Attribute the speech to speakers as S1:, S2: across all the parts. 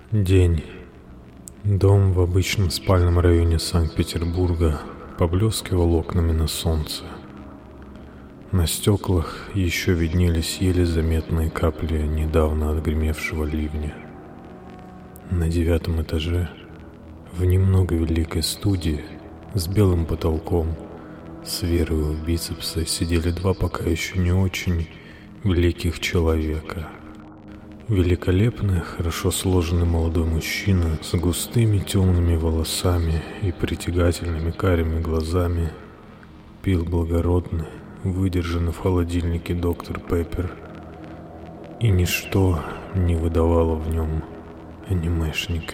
S1: День. Дом в обычном спальном районе Санкт-Петербурга поблескивал окнами на солнце. На стеклах еще виднелись еле заметные капли недавно отгремевшего ливня. На 9 этаже, в немного великой студии, с белым потолком, с верой в бицепсы сидели два пока еще не очень великих человека. Великолепный, хорошо сложенный молодой мужчина с густыми темными волосами и притягательными карими глазами пил благородный, выдержанный в холодильнике доктор Пеппер, и ничто не выдавало в нем анимешника.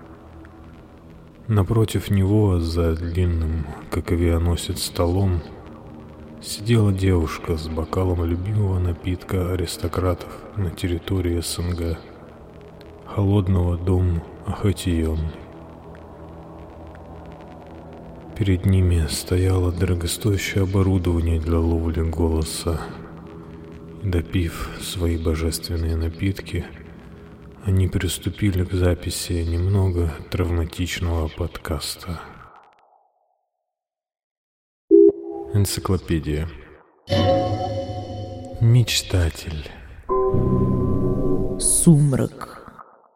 S1: Напротив него, за длинным, как авианосец, столом, сидела девушка с бокалом любимого напитка аристократов на территории СНГ, холодного дом Ахатион. Перед ними стояло дорогостоящее оборудование для ловли голоса. И, допив свои божественные напитки, они приступили к записи немного травматичного подкаста. Энциклопедия. Мечтатель.
S2: Сумрак.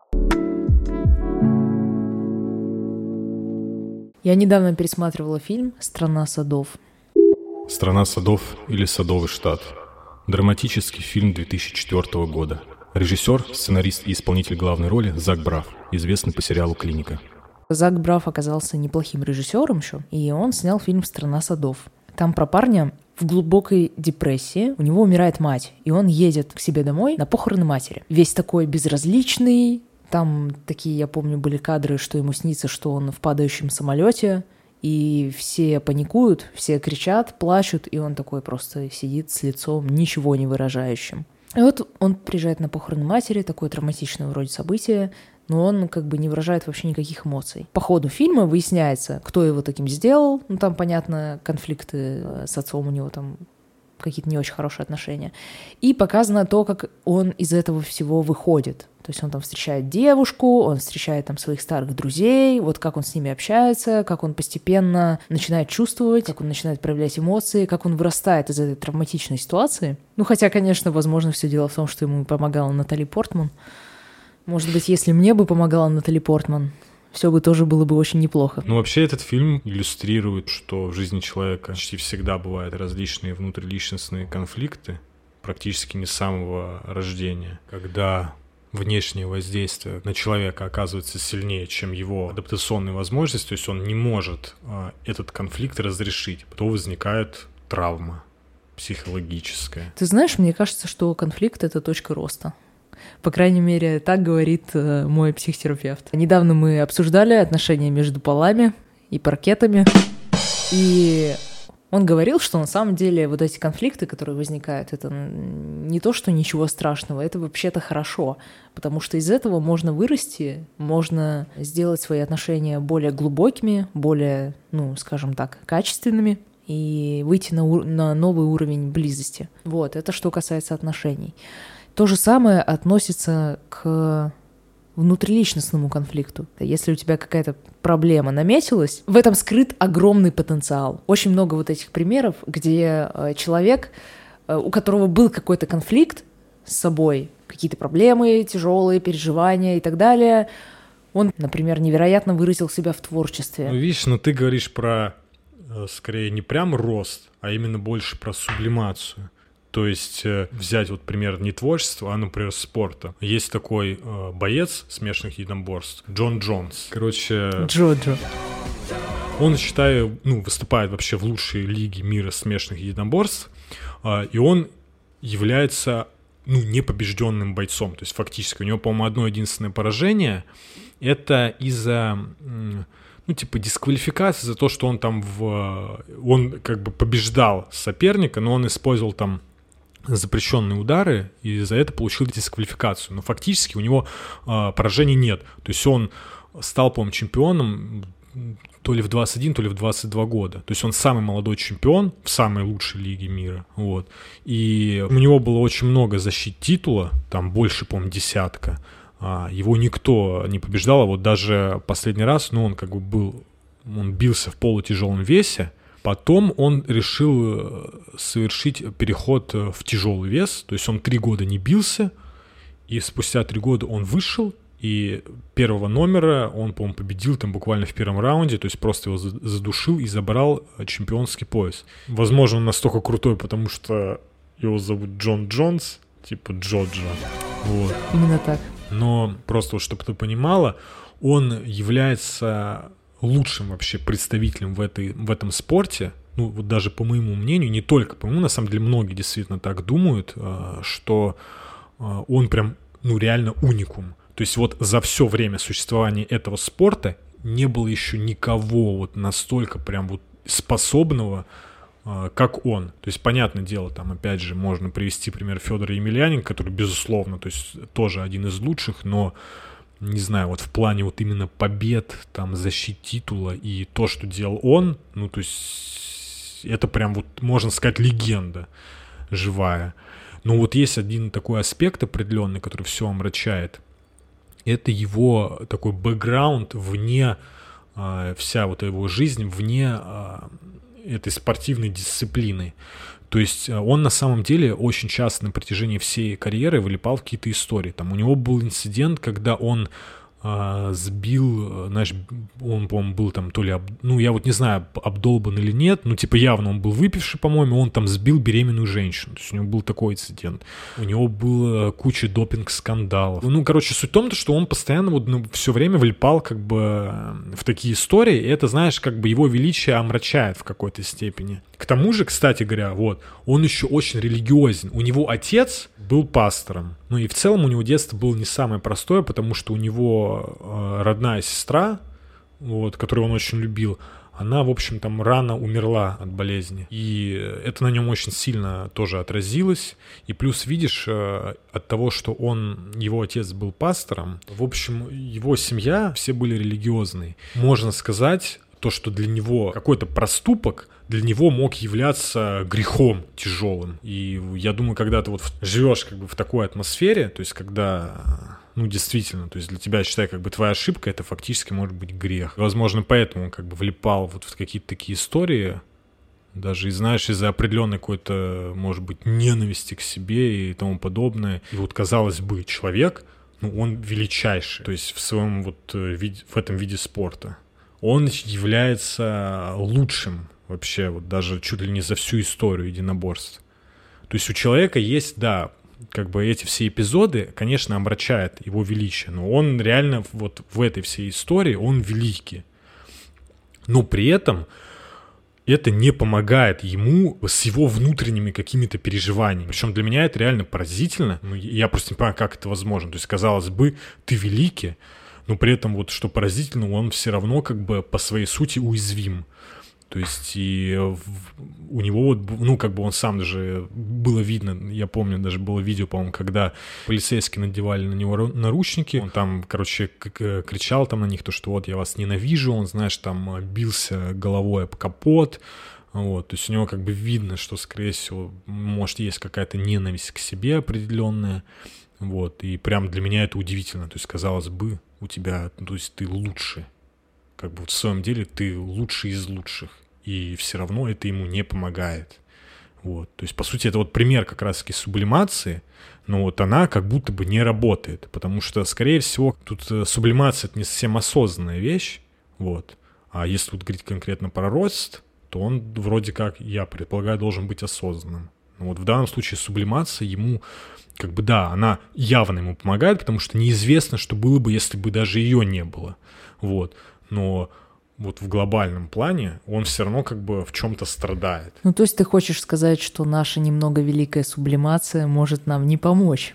S2: Я недавно пересматривала фильм «Страна садов».
S1: «Страна садов» или «Садовый штат». Драматический фильм 2004 года. Режиссер, сценарист и исполнитель главной роли Зак Брафф, известный по сериалу «Клиника».
S2: Зак Брафф оказался неплохим режиссером еще, и он снял фильм «Страна садов». Там про парня в глубокой депрессии, у него умирает мать, и он едет к себе домой на похороны матери. Весь такой безразличный, там такие, я помню, были кадры, что ему снится, что он в падающем самолете, и все паникуют, все кричат, плачут, и он такой просто сидит с лицом ничего не выражающим. И вот он приезжает на похороны матери, такое травматичное вроде событие, но он как бы не выражает вообще никаких эмоций. По ходу фильма выясняется, кто его таким сделал. Ну, там, понятно, конфликты с отцом у него там какие-то не очень хорошие отношения. И показано то, как он из этого всего выходит. То есть он там встречает девушку, он встречает там своих старых друзей, вот как он с ними общается, как он постепенно начинает чувствовать, как он начинает проявлять эмоции, как он вырастает из этой травматичной ситуации. Ну, хотя, конечно, возможно, все дело в том, что ему помогала Натали Портман. Может быть, если мне бы помогала Натали Портман, все бы тоже было бы очень неплохо.
S1: Ну, вообще, этот фильм иллюстрирует, что в жизни человека почти всегда бывают различные внутриличностные конфликты, практически не с самого рождения, когда внешнее воздействие на человека оказывается сильнее, чем его адаптационные возможности, то есть он не может этот конфликт разрешить, потом возникает травма психологическая.
S2: Ты знаешь, мне кажется, что конфликт — это точка роста. По крайней мере, так говорит мой психотерапевт. Недавно мы обсуждали отношения между полами и паркетами, и он говорил, что на самом деле вот эти конфликты, которые возникают, это не то, что ничего страшного, это вообще-то хорошо, потому что из этого можно вырасти, можно сделать свои отношения более глубокими, более, скажем так, качественными и выйти на новый уровень близости. Вот, это что касается отношений. То же самое относится к внутриличностному конфликту. Если у тебя какая-то проблема наметилась, в этом скрыт огромный потенциал. Очень много вот этих примеров, где человек, у которого был какой-то конфликт с собой, какие-то проблемы, тяжелые переживания и так далее, он, например, невероятно выразил себя в творчестве.
S1: Ну, видишь, ты говоришь про, скорее, не прям рост, а именно больше про сублимацию. То есть взять вот пример не творчества, а, например, спорта. Есть такой боец смешанных единоборств Джон Джонс.
S2: Джо-Джо.
S1: Он, считаю, выступает вообще в лучшей лиге мира смешанных единоборств, и он является непобежденным бойцом. То есть фактически у него, по-моему, одно единственное поражение. Это из-за дисквалификации за то, что он там он как бы побеждал соперника, но он использовал там запрещенные удары, и за это получил дисквалификацию. Но фактически у него поражений нет. То есть он стал, по-моему, чемпионом то ли в 21, то ли в 22 года. То есть он самый молодой чемпион в самой лучшей лиге мира. Вот. И у него было очень много защит титула, там больше, по-моему, 10. его никто не побеждал, а вот даже последний раз, ну, он бился в полутяжелом весе, потом он решил совершить переход в тяжелый вес, то есть он 3 года не бился, и спустя 3 года он вышел, и первого номера он, по-моему, победил там буквально в первом раунде, то есть просто его задушил и забрал чемпионский пояс. Возможно, он настолько крутой, потому что его зовут Джон Джонс, типа Джоджа. Вот.
S2: Именно так.
S1: Но просто вот, чтобы ты понимала, он является лучшим вообще представителем в этом спорте. Ну, вот даже по моему мнению, не только по моему, на самом деле многие действительно так думают, что он прям, ну, реально уникум. То есть вот за все время существования этого спорта не было еще никого вот настолько прям вот способного, как он. То есть, понятное дело, там, опять же, можно привести пример Федора Емельяненко, который, безусловно, то есть тоже один из лучших, но, не знаю, вот в плане вот именно побед, там, защиты титула и то, что делал он, ну, то есть это прям вот, можно сказать, легенда живая. Но вот есть один такой аспект определенный, который все омрачает. Это его такой бэкграунд вне, вся вот его жизнь вне этой спортивной дисциплины. То есть он на самом деле очень часто на протяжении всей карьеры вылипал в какие-то истории. Там у него был инцидент, когда он сбил, знаешь, он, по-моему, был там то ли, ну, я вот не знаю, обдолбан или нет, ну, типа, явно он был выпивший, по-моему, он там сбил беременную женщину, то есть у него был такой инцидент. У него была куча допинг-скандалов. Ну, короче, суть в том, что он постоянно вот, ну, все время влипал как бы в такие истории, и это, знаешь, как бы его величие омрачает в какой-то степени. К тому же, кстати говоря, вот, он еще очень религиозен. У него отец был пастором. Ну и в целом у него детство было не самое простое, потому что у него родная сестра, вот, которую он очень любил, она, в общем, там рано умерла от болезни. И это на нем очень сильно тоже отразилось. И плюс, видишь, от того, что его отец был пастором, в общем, его семья, все были религиозные. Можно сказать, то, что для него какой-то проступок для него мог являться грехом тяжелым. И я думаю, когда ты вот живешь как бы в такой атмосфере, то есть когда, ну, действительно, то есть для тебя, считай, как бы твоя ошибка, это фактически может быть грех. Возможно, поэтому он как бы влипал вот в какие-то такие истории, даже, знаешь, из-за определенной какой-то, может быть, ненависти к себе и тому подобное. И вот, казалось бы, человек, ну, он величайший, то есть в своем вот в этом виде спорта. Он является лучшим вообще, вот даже чуть ли не за всю историю единоборств. То есть у человека есть, да, как бы эти все эпизоды, конечно, омрачают его величие, но он реально вот в этой всей истории, он великий. Но при этом это не помогает ему с его внутренними какими-то переживаниями. Причем для меня это реально поразительно. Ну, я просто не понимаю, как это возможно. То есть, казалось бы, ты великий, но при этом вот что поразительно, он все равно как бы по своей сути уязвим. То есть и у него вот, ну, как бы он сам даже, было видно, я помню, даже было видео, по-моему, когда полицейские надевали на него наручники, он там, короче, кричал там на них, то, что вот я вас ненавижу, он, знаешь, там бился головой об капот, вот, то есть у него как бы видно, что, скорее всего, может, есть какая-то ненависть к себе определенная, вот, и прям для меня это удивительно, то есть, казалось бы, у тебя, то есть ты лучший. Как бы вот в своем деле ты лучший из лучших, и все равно это ему не помогает. Вот. То есть, по сути, это вот пример как раз-таки сублимации, но вот она как будто бы не работает, потому что, скорее всего, тут сублимация — это не совсем осознанная вещь, вот. А если тут говорить конкретно про рост, то он вроде как, я предполагаю, должен быть осознанным. Но вот в данном случае сублимация ему, как бы, да, она явно ему помогает, потому что неизвестно, что было бы, если бы даже ее не было. Вот. Но вот в глобальном плане он все равно как бы в чем-то страдает.
S2: Ну, то есть ты хочешь сказать, что наша немного великая сублимация может нам не помочь?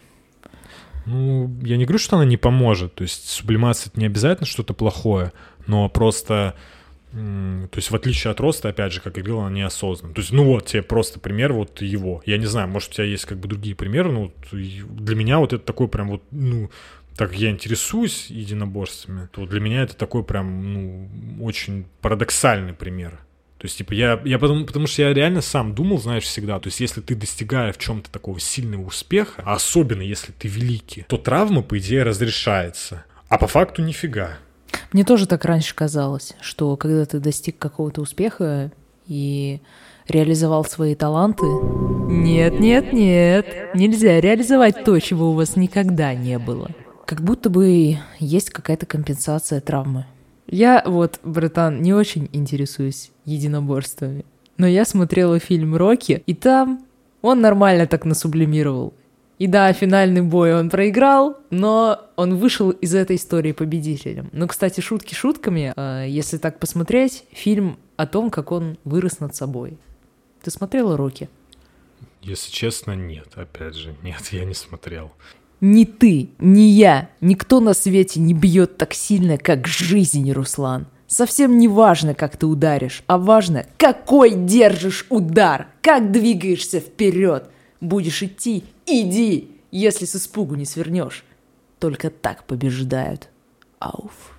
S1: Ну, я не говорю, что она не поможет. То есть сублимация — это не обязательно что-то плохое, но просто, то есть в отличие от роста, опять же, как я говорил, она неосознанна. То есть, ну вот тебе просто пример вот его. Я не знаю, может, у тебя есть как бы другие примеры, но для меня вот это такой прям вот, ну, так как я интересуюсь единоборствами, то для меня это такой прям, ну, очень парадоксальный пример. То есть, типа, потому что я реально сам думал, знаешь, всегда, то есть, если ты достигаешь в чем-то такого сильного успеха, а особенно если ты великий, то травма, по идее, разрешается. А по факту нифига.
S2: Мне тоже так раньше казалось, что когда ты достиг какого-то успеха и реализовал свои таланты... Нет, нельзя реализовать то, чего у вас никогда не было. Как будто бы есть какая-то компенсация травмы. Я вот, братан, не очень интересуюсь единоборствами, но я смотрела фильм «Рокки», и там он нормально так насублимировал. И да, финальный бой он проиграл, но он вышел из этой истории победителем. Ну, кстати, шутки шутками, если так посмотреть, фильм о том, как он вырос над собой. Ты смотрела «Рокки»?
S1: Если честно, нет. Опять же, нет, я не смотрел.
S2: Ни ты, ни я, никто на свете не бьет так сильно, как жизнь, Руслан. Совсем не важно, как ты ударишь, а важно, какой держишь удар, как двигаешься вперед. Будешь идти — иди, если с испугу не свернешь. Только так побеждают. Ауф.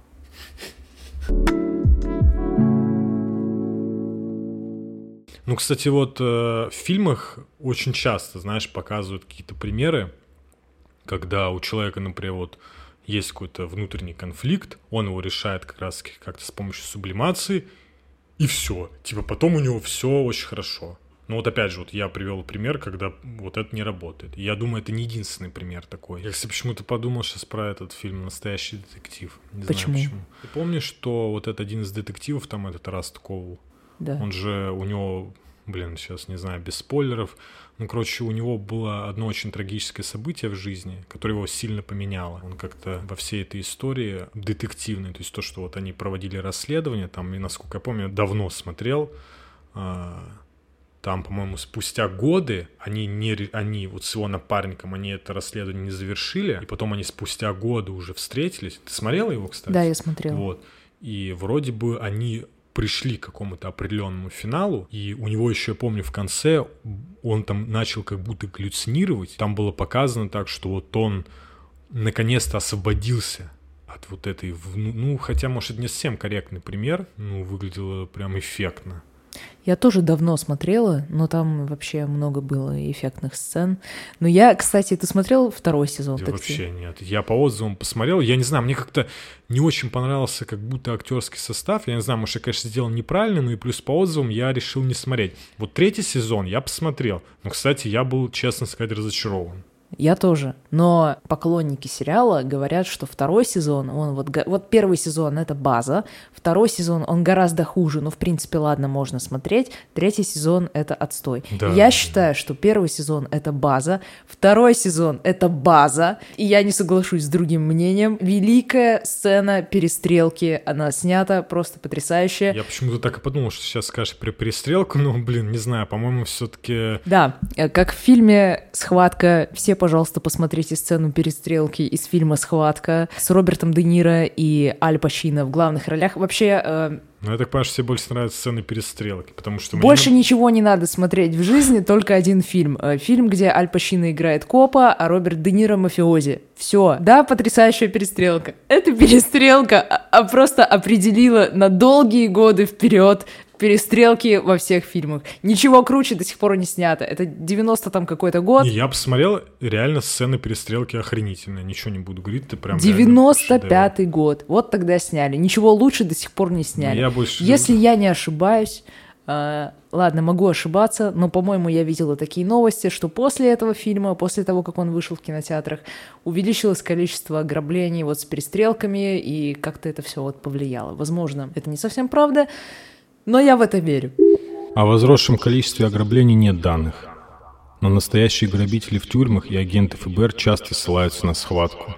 S1: Ну, кстати, вот в фильмах очень часто, знаешь, показывают какие-то примеры, когда у человека, например, вот есть какой-то внутренний конфликт, он его решает как раз как-то с помощью сублимации, и все. Типа потом у него все очень хорошо. Но вот опять же, вот я привел пример, когда вот это не работает. И я думаю, это не единственный пример такой. Я, кстати, почему-то подумал сейчас про этот фильм «Настоящий детектив». Не
S2: Почему?
S1: знаю почему. Ты помнишь, что вот этот один из детективов, там этот Раст Коул,
S2: Да.
S1: он же, у него, сейчас не знаю, без спойлеров, ну, короче, у него было одно очень трагическое событие в жизни, которое его сильно поменяло. Он как-то во всей этой истории детективной, то есть то, что вот они проводили расследование, там, и, насколько я помню, давно смотрел, там, по-моему, спустя годы они вот с его напарником, они это расследование не завершили, и потом они спустя годы уже встретились. Ты смотрела его, кстати?
S2: Да, я смотрела.
S1: Вот. И вроде бы они пришли к какому-то определенному финалу, и у него еще, я помню, в конце он там начал как будто галлюцинировать. Там было показано так, что вот он наконец-то освободился от вот этой... Ну, хотя, может, это не совсем корректный пример, ну, выглядело прям эффектно.
S2: Я тоже давно смотрела, но там вообще много было эффектных сцен. Но я, кстати, ты смотрел второй сезон?
S1: Вообще нет. Я по отзывам посмотрел. Я не знаю, мне как-то не очень понравился как будто актерский состав. Я не знаю, может, я, конечно, сделал неправильно, но и плюс по отзывам я решил не смотреть. Вот третий сезон я посмотрел. Но, кстати, я был, честно сказать, разочарован.
S2: Я тоже. Но поклонники сериала говорят, что второй сезон, он вот первый сезон — это база, второй сезон, он гораздо хуже, но в принципе, ладно, можно смотреть, третий сезон — это отстой.
S1: Да.
S2: Я считаю, что первый сезон — это база, второй сезон — это база, и я не соглашусь с другим мнением. Великая сцена перестрелки, она снята просто потрясающе.
S1: Я почему-то так и подумал, что сейчас скажешь про перестрелку, но, не знаю, по-моему, все-таки...
S2: Да, как в фильме «Схватка», все, пожалуйста, посмотрите сцену перестрелки из фильма «Схватка» с Робертом Де Ниро и Аль Пачино в главных ролях. Вообще...
S1: Ну, я так понимаю, что тебе больше нравятся сцены перестрелки, потому что...
S2: Больше ничего не надо смотреть в жизни, только один фильм. Фильм, где Аль Пачино играет копа, а Роберт Де Ниро мафиози. Все. Да, потрясающая перестрелка. Эта перестрелка просто определила на долгие годы вперед перестрелки во всех фильмах. Ничего круче до сих пор не снято. Это 90 там какой-то год.
S1: Я посмотрел, реально сцены перестрелки охренительные. Ничего не буду говорить, ты прям...
S2: 95-й год. Вот тогда сняли. Ничего лучше до сих пор не сняли. Если я не ошибаюсь... ладно, могу ошибаться, но, по-моему, я видела такие новости, что после этого фильма, после того, как он вышел в кинотеатрах, увеличилось количество ограблений вот с перестрелками, и как-то это все вот повлияло. Возможно, это не совсем правда, но я в это верю.
S1: О возросшем количестве ограблений нет данных. Но настоящие грабители в тюрьмах и агенты ФБР часто ссылаются на схватку.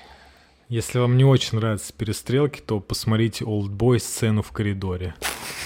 S1: Если вам не очень нравятся перестрелки, то посмотрите «Олдбой» сцену в коридоре.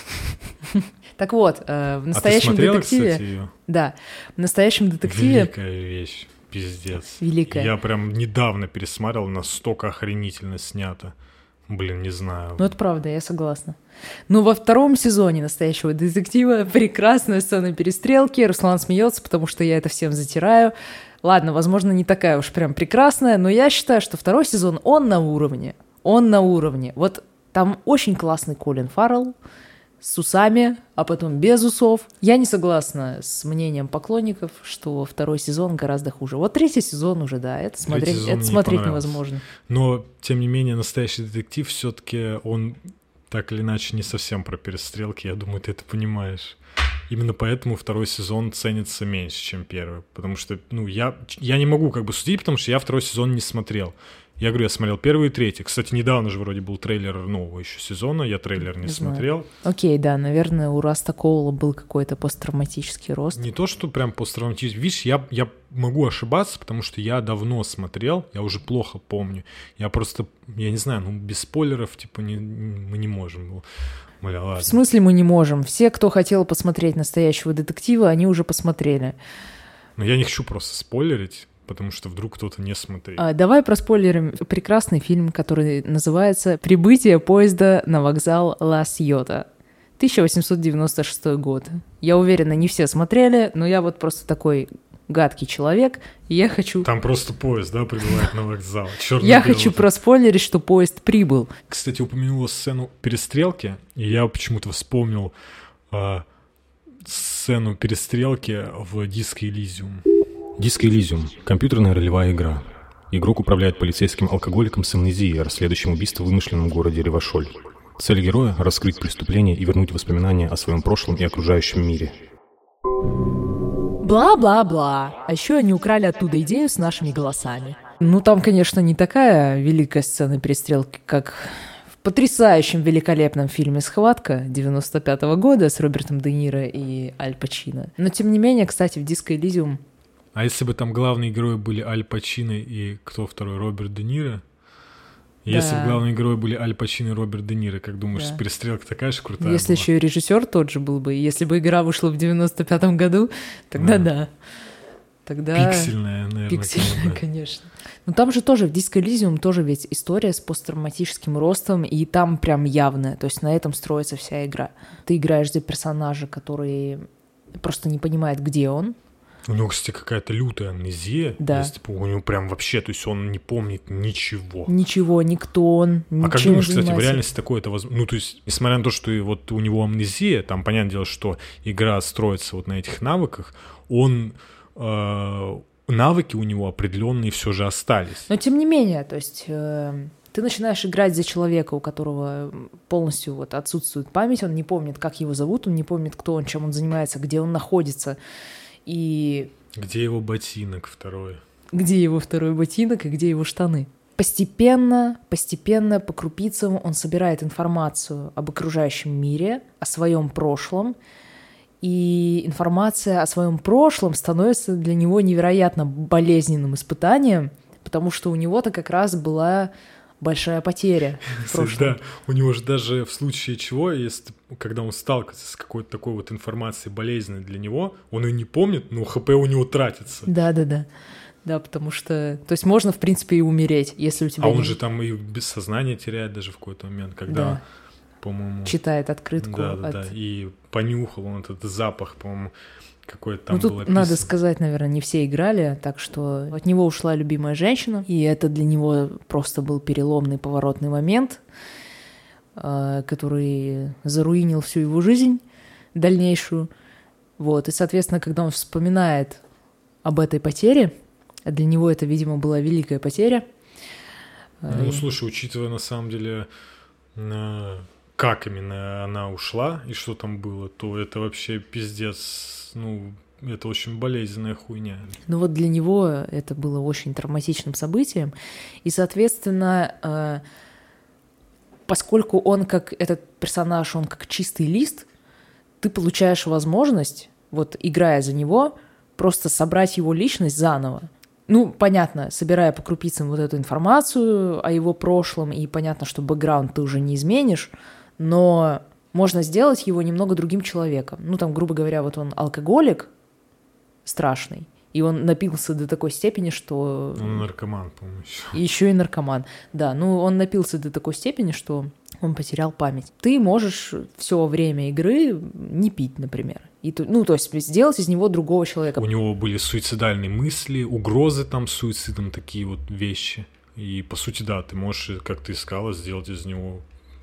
S2: Так вот, в настоящем детективе...
S1: Кстати, ее?
S2: Да, в настоящем детективе...
S1: Великая вещь, пиздец.
S2: Великая.
S1: Я прям недавно пересмотрел, настолько охренительно снято. Не знаю.
S2: Ну, это правда, я согласна. Но во втором сезоне настоящего детектива прекрасная сцена перестрелки. Руслан смеется, потому что я это всем затираю. Ладно, возможно, не такая уж прям прекрасная, но я считаю, что второй сезон, он на уровне. Он на уровне. Вот там очень классный Колин Фаррелл. с усами, а потом без усов. Я не согласна с мнением поклонников, что второй сезон гораздо хуже. Вот третий сезон уже, да, это смотреть невозможно.
S1: Но, тем не менее, «Настоящий детектив» все-таки он так или иначе не совсем про перестрелки, я думаю, ты это понимаешь. Именно поэтому второй сезон ценится меньше, чем первый. Потому что, я не могу судить, потому что я второй сезон не смотрел. Я говорю, я смотрел первый и третий. Кстати, недавно же вроде был трейлер нового еще сезона, я трейлер не смотрел.
S2: Окей, да, наверное, у Раста Коула был какой-то посттравматический рост.
S1: Не то, что прям посттравматический. Видишь, я могу ошибаться, потому что я давно смотрел, я уже плохо помню. Я не знаю, без спойлеров, мы не можем.
S2: В смысле мы не можем? Все, кто хотел посмотреть «Настоящего детектива», они уже посмотрели.
S1: Но я не хочу просто спойлерить, потому что вдруг кто-то не смотрит.
S2: Давай проспойлерим прекрасный фильм, который называется «Прибытие поезда на вокзал Ла-Сьота». 1896 год. Я уверена, не все смотрели, но я вот просто такой гадкий человек, и я хочу...
S1: Там просто поезд, да, прибывает на вокзал.
S2: Я хочу проспойлерить, что поезд прибыл.
S1: Кстати, упомянула сцену перестрелки, и я почему-то вспомнил сцену перестрелки в Disco Elysium.
S3: Disco Elysium — компьютерная ролевая игра. Игрок управляет полицейским алкоголиком с амнезией, расследующим убийство в вымышленном городе Ревашоль. Цель героя — раскрыть преступление и вернуть воспоминания о своем прошлом и окружающем мире.
S2: Бла-бла-бла. А еще они украли оттуда идею с нашими голосами. Там, конечно, не такая великая сцена перестрелки, как в потрясающем великолепном фильме «Схватка» 95-го года с Робертом Де Ниро и Аль Пачино. Но, тем не менее, кстати, в Disco Elysium...
S1: А если бы там главные герои были Аль Пачино и кто второй, Роберт Де Ниро? Да. Если бы главные герои были Аль Пачино и Роберт Де Ниро, как думаешь, перестрелка такая же крутая
S2: Если
S1: была?
S2: еще и режиссер тот же был бы, и если бы игра вышла в 95-м году, тогда да. Тогда...
S1: Пиксельная, наверное.
S2: Пиксельная, конечно. Но там же тоже, в Disco Elysium тоже ведь история с посттравматическим ростом, и там прям явная, то есть на этом строится вся игра. Ты играешь за персонажа, который просто не понимает, где он.
S1: У него, кстати, какая-то лютая амнезия.
S2: Да.
S1: У него прям вообще, то есть он не помнит ничего.
S2: Ничего, никто он, ничем не занимается.
S1: А как думаешь, кстати, в реальности такое это возможно? То есть, несмотря на то, что вот у него амнезия, там, понятное дело, что игра строится вот на этих навыках, навыки у него определенные все же остались.
S2: Но тем не менее, то есть... Ты начинаешь играть за человека, у которого полностью отсутствует память, он не помнит, как его зовут, он не помнит, кто он, чем он занимается, где он находится. И...
S1: Где его ботинок второй?
S2: Где его второй ботинок и где его штаны? Постепенно, по крупицам он собирает информацию об окружающем мире, о своем прошлом, и информация о своем прошлом становится для него невероятно болезненным испытанием, потому что у него-то как раз была большая потеря в прошлом.
S1: Да, у него же даже в случае чего, когда он сталкивается с какой-то такой вот информацией болезненной для него, он ее не помнит, но ХП у него тратится.
S2: Да. Да, потому что... То есть можно, в принципе, и умереть, если у тебя...
S1: А он же там и без сознания теряет даже в какой-то момент, когда, по-моему...
S2: Читает открытку.
S1: Да, и понюхал он этот запах, по-моему, какой-то там был описан.
S2: Тут надо сказать, наверное, не все играли, так что от него ушла любимая женщина, и это для него просто был переломный поворотный момент, который заруинил всю его жизнь дальнейшую. И, соответственно, когда он вспоминает об этой потере, а для него это, видимо, была великая потеря.
S1: Слушай, учитывая, на самом деле, как именно она ушла и что там было, то это вообще пиздец. Это очень болезненная хуйня.
S2: Для него это было очень травматичным событием. И, соответственно, поскольку он как этот персонаж, он как чистый лист, ты получаешь возможность, играя за него, просто собрать его личность заново. Понятно, собирая по крупицам эту информацию о его прошлом, и понятно, что бэкграунд ты уже не изменишь, но можно сделать его немного другим человеком. Грубо говоря, он алкоголик страшный, и он напился до такой степени, что...
S1: Он наркоман, по-моему, еще.
S2: Еще и наркоман, да. Он напился до такой степени, что он потерял память. Ты можешь все время игры не пить, например. То есть сделать из него другого человека.
S1: У него были суицидальные мысли, угрозы там с суицидом, такие вещи. И, по сути, да, ты можешь, как ты искала, сделать из него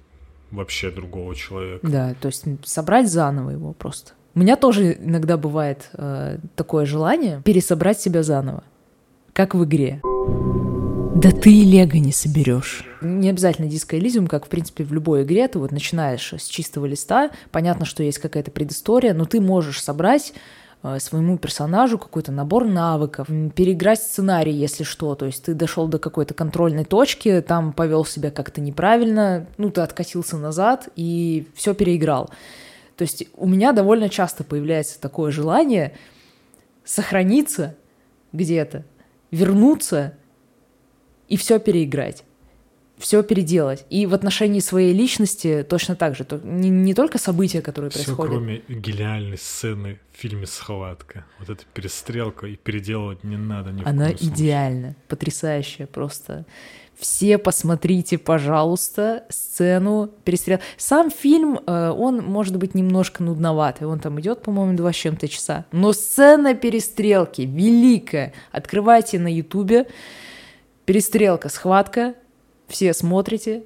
S1: вообще другого человека.
S2: Да, то есть собрать заново его просто. У меня тоже иногда бывает такое желание пересобрать себя заново, как в игре. Да ты и лего не соберешь. Не обязательно Disco Elysium, как, в принципе, в любой игре. Ты вот начинаешь с чистого листа, понятно, что есть какая-то предыстория, но ты можешь собрать своему персонажу какой-то набор навыков, переиграть сценарий, если что. То есть ты дошел до какой-то контрольной точки, там повел себя как-то неправильно, ты откатился назад и все переиграл. То есть у меня довольно часто появляется такое желание сохраниться где-то, вернуться и все переиграть, все переделать. И в отношении своей личности точно так же. Не только события, которые происходят.
S1: Все, кроме гениальной сцены в фильме «Схватка». Вот эта перестрелка, и переделывать не надо ни в коем случае.
S2: Она идеальна, потрясающая просто. Все посмотрите, пожалуйста, сцену перестрелки. Сам фильм, он может быть немножко нудноватый. Он там идет, по-моему, 2 с чем-то часа. Но сцена перестрелки великая. Открывайте на Ютубе. Перестрелка, схватка. Все смотрите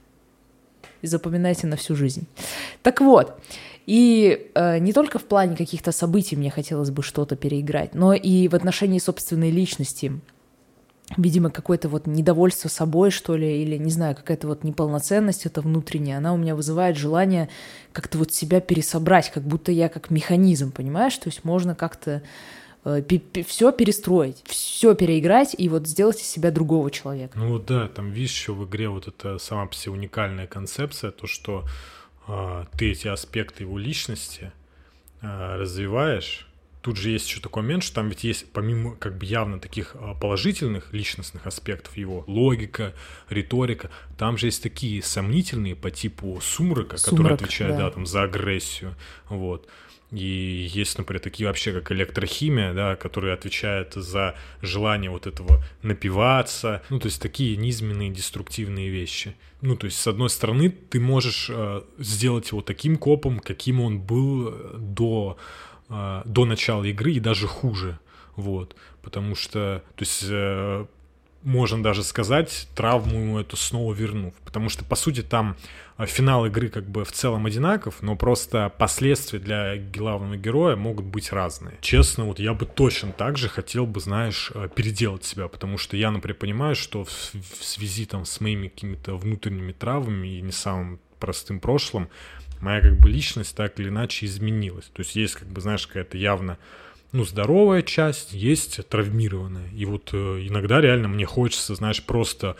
S2: и запоминайте на всю жизнь. Так вот, и не только в плане каких-то событий мне хотелось бы что-то переиграть, но и в отношении собственной личности. Видимо, какое-то вот недовольство собой, что ли, или, не знаю, какая-то вот неполноценность это внутренняя, она у меня вызывает желание как-то вот себя пересобрать, как будто я как механизм, понимаешь? То есть можно как-то все перестроить, все переиграть и вот сделать из себя другого человека.
S1: Ну вот да, там видишь еще в игре вот эта сама по себе уникальная концепция, то, что ты эти аспекты его личности развиваешь. Тут же есть еще такой момент, что там ведь есть, помимо как бы явно таких положительных личностных аспектов его, логика, риторика, там же есть такие сомнительные по типу Сумрака, который отвечает, да, там, за агрессию, вот. И есть, например, такие вообще, как электрохимия, да, которая отвечает за желание вот этого напиваться, то есть такие низменные, деструктивные вещи. То есть, с одной стороны, ты можешь сделать его таким копом, каким он был до начала игры, и даже хуже, вот, потому что, то есть, можно даже сказать, травму ему эту снова вернув, потому что, по сути, там финал игры как бы в целом одинаков, но просто последствия для главного героя могут быть разные. Честно, вот я бы точно так же хотел бы, знаешь, переделать себя, потому что я, например, понимаю, что в связи там с моими какими-то внутренними травмами и не самым простым прошлым, моя как бы личность так или иначе изменилась. То есть есть как бы, знаешь, какая-то явно здоровая часть, есть травмированная. И вот иногда реально мне хочется, знаешь, просто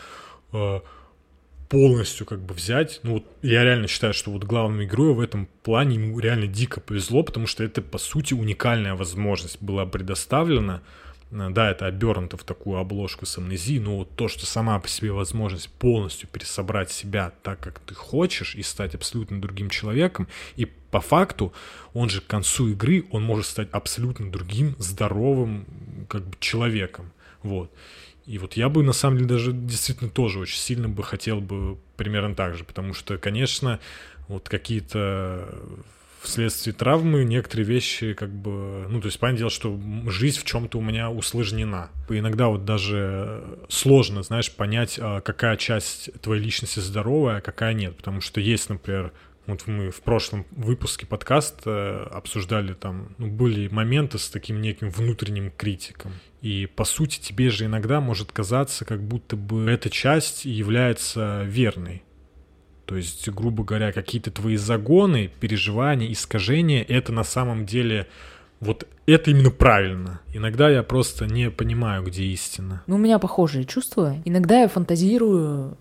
S1: полностью как бы взять. Я реально считаю, что вот главному герою в этом плане ему реально дико повезло, потому что это, по сути, уникальная возможность была предоставлена. Да, это обернуто в такую обложку с амнезией, но вот то, что сама по себе возможность полностью пересобрать себя так, как ты хочешь, и стать абсолютно другим человеком, и по факту он же к концу игры, он может стать абсолютно другим, здоровым как бы человеком, вот. И вот я бы, на самом деле, даже действительно тоже очень сильно бы хотел бы примерно так же, потому что, конечно, вот какие-то вследствие травмы некоторые вещи как бы, то есть понятное дело, что жизнь в чем-то у меня усложнена. Иногда вот даже сложно, знаешь, понять, какая часть твоей личности здоровая, а какая нет, потому что есть, например, вот мы в прошлом выпуске подкаста обсуждали там, были моменты с таким неким внутренним критиком. И, по сути, тебе же иногда может казаться, как будто бы эта часть является верной. То есть, грубо говоря, какие-то твои загоны, переживания, искажения, это на самом деле, вот это именно правильно. Иногда я просто не понимаю, где истина.
S2: У меня похожие чувства. Иногда я фантазирую,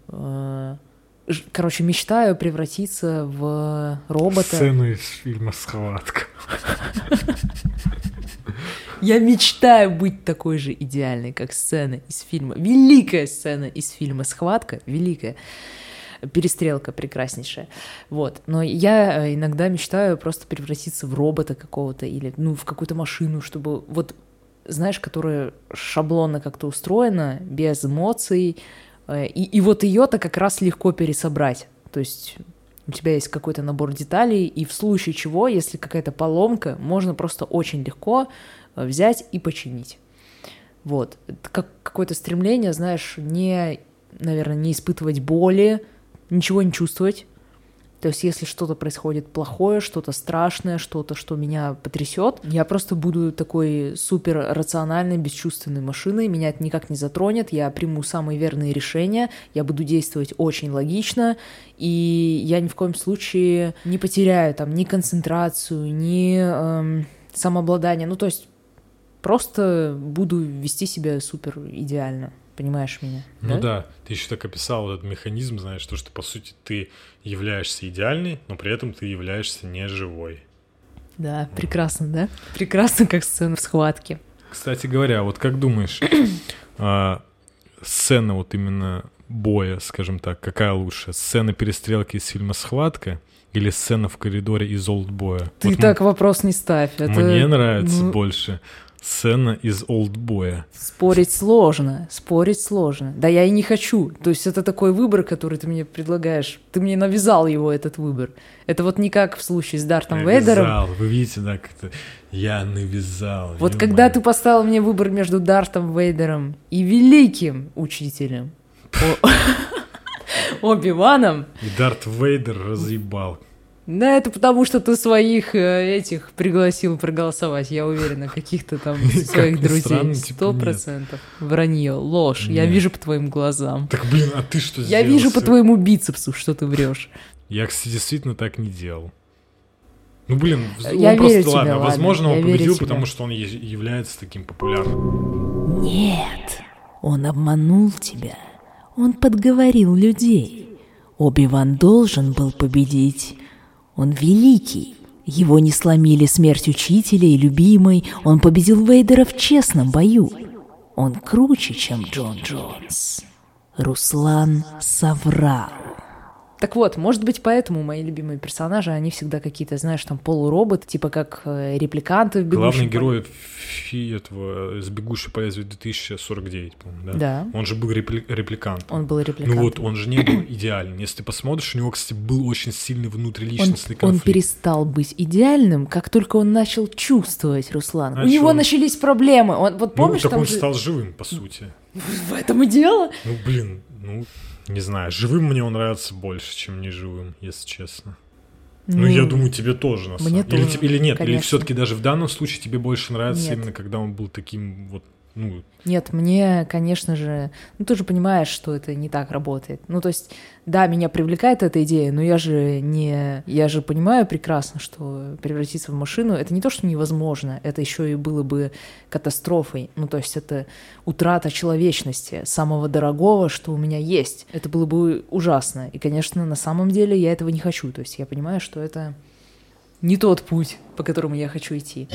S2: мечтаю превратиться в робота.
S1: Сцену из фильма «Схватка».
S2: Я мечтаю быть такой же идеальной, как сцена из фильма. Великая сцена из фильма «Схватка». Великая. Перестрелка прекраснейшая. Вот. Но я иногда мечтаю просто превратиться в робота какого-то или в какую-то машину, чтобы вот, знаешь, которая шаблонно как-то устроена, без эмоций. И вот ее-то как раз легко пересобрать. То есть у тебя есть какой-то набор деталей, и в случае чего, если какая-то поломка, можно просто очень легко взять и починить. Вот. Это как какое-то стремление, знаешь, наверное, не испытывать боли, ничего не чувствовать, То есть если что-то происходит плохое, что-то страшное, что-то, что меня потрясет, я просто буду такой супер рациональной, бесчувственной машиной, меня это никак не затронет, я приму самые верные решения, я буду действовать очень логично, и я ни в коем случае не потеряю там ни концентрацию, ни самообладание. Ну, то есть просто буду вести себя супер идеально. Понимаешь меня?
S1: Ну да, ты еще так описал этот механизм, знаешь, то, что по сути ты являешься идеальной, но при этом ты являешься неживой.
S2: Да, прекрасно, да? Прекрасно, как сцена в схватке.
S1: Кстати говоря, вот как думаешь, сцена вот именно боя, скажем так, какая лучше? Сцена перестрелки из фильма «Схватка» или сцена в коридоре из «Олдбоя»?
S2: Ты вот так вопрос не ставь.
S1: Мне нравится больше сцена из «Олдбоя».
S2: Спорить сложно. Да я и не хочу. То есть это такой выбор, который ты мне предлагаешь. Ты мне навязал его, этот выбор. Это вот не как в случае с Дартом Вейдером.
S1: Вы видите, да, как-то я навязал.
S2: Вот когда ты поставил мне выбор между Дартом Вейдером и великим учителем Оби-Ваном.
S1: И Дарт Вейдер разъебал.
S2: Да, это потому, что ты своих этих пригласил проголосовать, я уверена, каких-то там своих друзей. 100%. Вранье, ложь. Я вижу по твоим глазам.
S1: Так, блин, а ты что сделал?
S2: Я вижу по твоему бицепсу, что ты врешь.
S1: Я, кстати, действительно так не делал. Ну, блин,
S2: я
S1: он
S2: верю
S1: просто,
S2: тебе,
S1: ладно, возможно, он победил,
S2: тебе.
S1: потому что он является таким популярным.
S4: Нет, он обманул тебя. Он подговорил людей. Оби-Ван должен был победить. Он великий. Его не сломили смерть учителя и любимой. Он победил Вейдера в честном бою. Он круче, чем Джон Джонс. Руслан соврал.
S2: Так вот, может быть, поэтому мои любимые персонажи, они всегда какие-то, знаешь, там полуроботы, типа как репликанты в «Бегущем».
S1: Главный герой этого из «Бегущей по лезвию» 2049, по-моему, да?
S2: Да.
S1: Он же был репликантом.
S2: Он был репликантом.
S1: Ну вот, он же не был идеален. Если ты посмотришь, у него, кстати, был очень сильный внутриличностный конфликт.
S2: Он перестал быть идеальным, как только он начал чувствовать Руслана. У него начались проблемы. Он, вот помнишь,
S1: так
S2: там
S1: он
S2: же...
S1: стал живым, по сути.
S2: В этом и дело.
S1: Ну, блин, не знаю, живым мне он нравится больше, чем неживым, если честно. Ну, я думаю, тебе тоже, на самом деле. Или нет, конечно. Или все-таки даже в данном случае тебе больше нравится именно, когда он был таким вот,
S2: Нет, мне, конечно же... Ну, ты же понимаешь, что это не так работает. Ну, то есть, да, меня привлекает эта идея, но я же понимаю прекрасно, что превратиться в машину — это не то, что невозможно, это еще и было бы катастрофой. Ну, то есть, это утрата человечности, самого дорогого, что у меня есть. Это было бы ужасно. И, конечно, на самом деле я этого не хочу. То есть, я понимаю, что это не тот путь, по которому я хочу идти.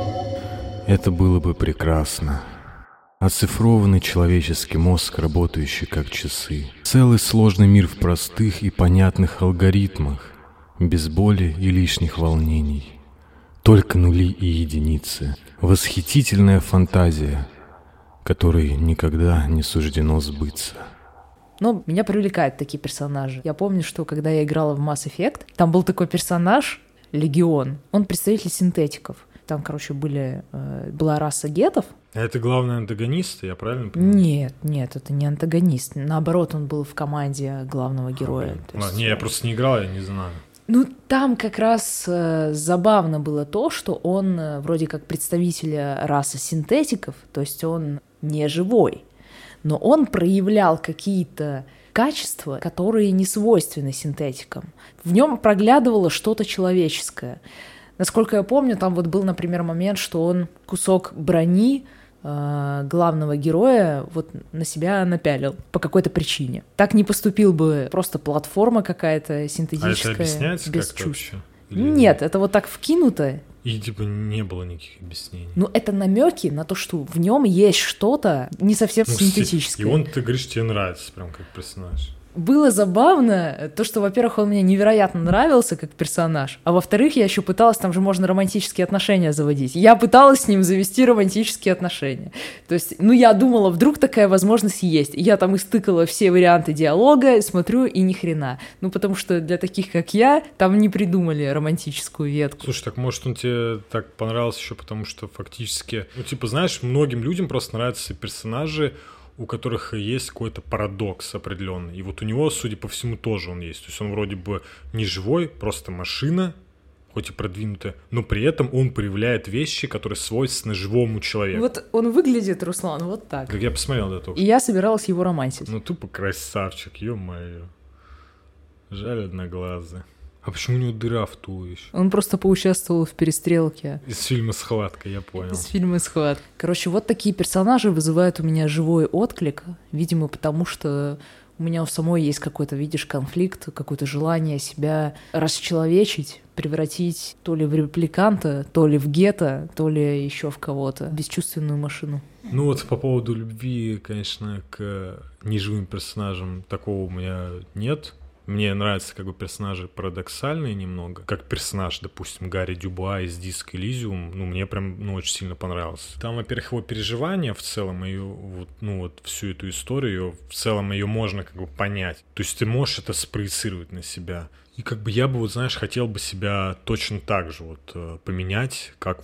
S3: Это было бы прекрасно. Оцифрованный человеческий мозг, работающий как часы. Целый сложный мир в простых и понятных алгоритмах, без боли и лишних волнений. Только нули и единицы. Восхитительная фантазия, которой никогда не суждено сбыться.
S2: Но меня привлекают такие персонажи. Я помню, что когда я играла в Mass Effect, там был такой персонаж, Легион. Он представитель синтетиков. Там, короче, была раса гетов.
S1: А это главный антагонист, я правильно понимаю?
S2: Нет, это не антагонист. Наоборот, он был в команде главного героя.
S1: Я просто не играл, я не знаю.
S2: Ну, там как раз забавно было то, что он вроде как представитель расы синтетиков, то есть он не живой, но он проявлял какие-то качества, которые не свойственны синтетикам. В нем проглядывало что-то человеческое. Насколько я помню, там вот был, например, момент, что он кусок брони главного героя вот на себя напялил по какой-то причине. Так не поступил бы просто платформа какая-то синтетическая.
S1: А это объясняется
S2: без
S1: как-то
S2: чувств.
S1: вообще?
S2: Нет, это вот так вкинуто.
S1: И типа не было никаких объяснений.
S2: Ну, это намеки на то, что в нем есть что-то не совсем синтетическое.
S1: И он, ты говоришь, тебе нравится прям как персонаж.
S2: Было забавно то, что, во-первых, он мне невероятно нравился как персонаж, а во-вторых, я еще пыталась, там же можно романтические отношения заводить. Я пыталась с ним завести романтические отношения. То есть, я думала, вдруг такая возможность есть. И я там истыкала все варианты диалога, смотрю, и ни хрена. Потому что для таких, как я, там не придумали романтическую ветку.
S1: Слушай, так может он тебе так понравился еще потому, что фактически, знаешь, многим людям просто нравятся персонажи, у которых есть какой-то парадокс определенный. И вот у него, судя по всему, тоже он есть. То есть он вроде бы не живой, просто машина, хоть и продвинутая, но при этом он проявляет вещи, которые свойственны живому человеку.
S2: Вот он выглядит, Руслан, вот так.
S1: Как я посмотрел это только.
S2: И я собиралась его романтить.
S1: Ну, тупо красавчик, ё-моё. Жаль одноглазый. А почему у него дыра в туловище?
S2: Он просто поучаствовал в перестрелке.
S1: Из фильма «Схватка», я понял.
S2: Из фильма «Схватка». Короче, вот такие персонажи вызывают у меня живой отклик, видимо, потому что у меня у самой есть какой-то, видишь, конфликт, какое-то желание себя расчеловечить, превратить то ли в репликанта, то ли в гетто, то ли еще в кого-то, бесчувственную машину.
S1: Ну вот по поводу любви, конечно, к неживым персонажам такого у меня нет. Мне нравятся как бы персонажи парадоксальные немного. Как персонаж, допустим, Гарри Дюбуа из Disco Elysium, ну, мне прям, очень сильно понравился. Там, во-первых, его переживания в целом, всю эту историю, в целом ее можно как бы понять. То есть ты можешь это спроецировать на себя. И как бы я бы, хотел бы себя точно так же поменять, как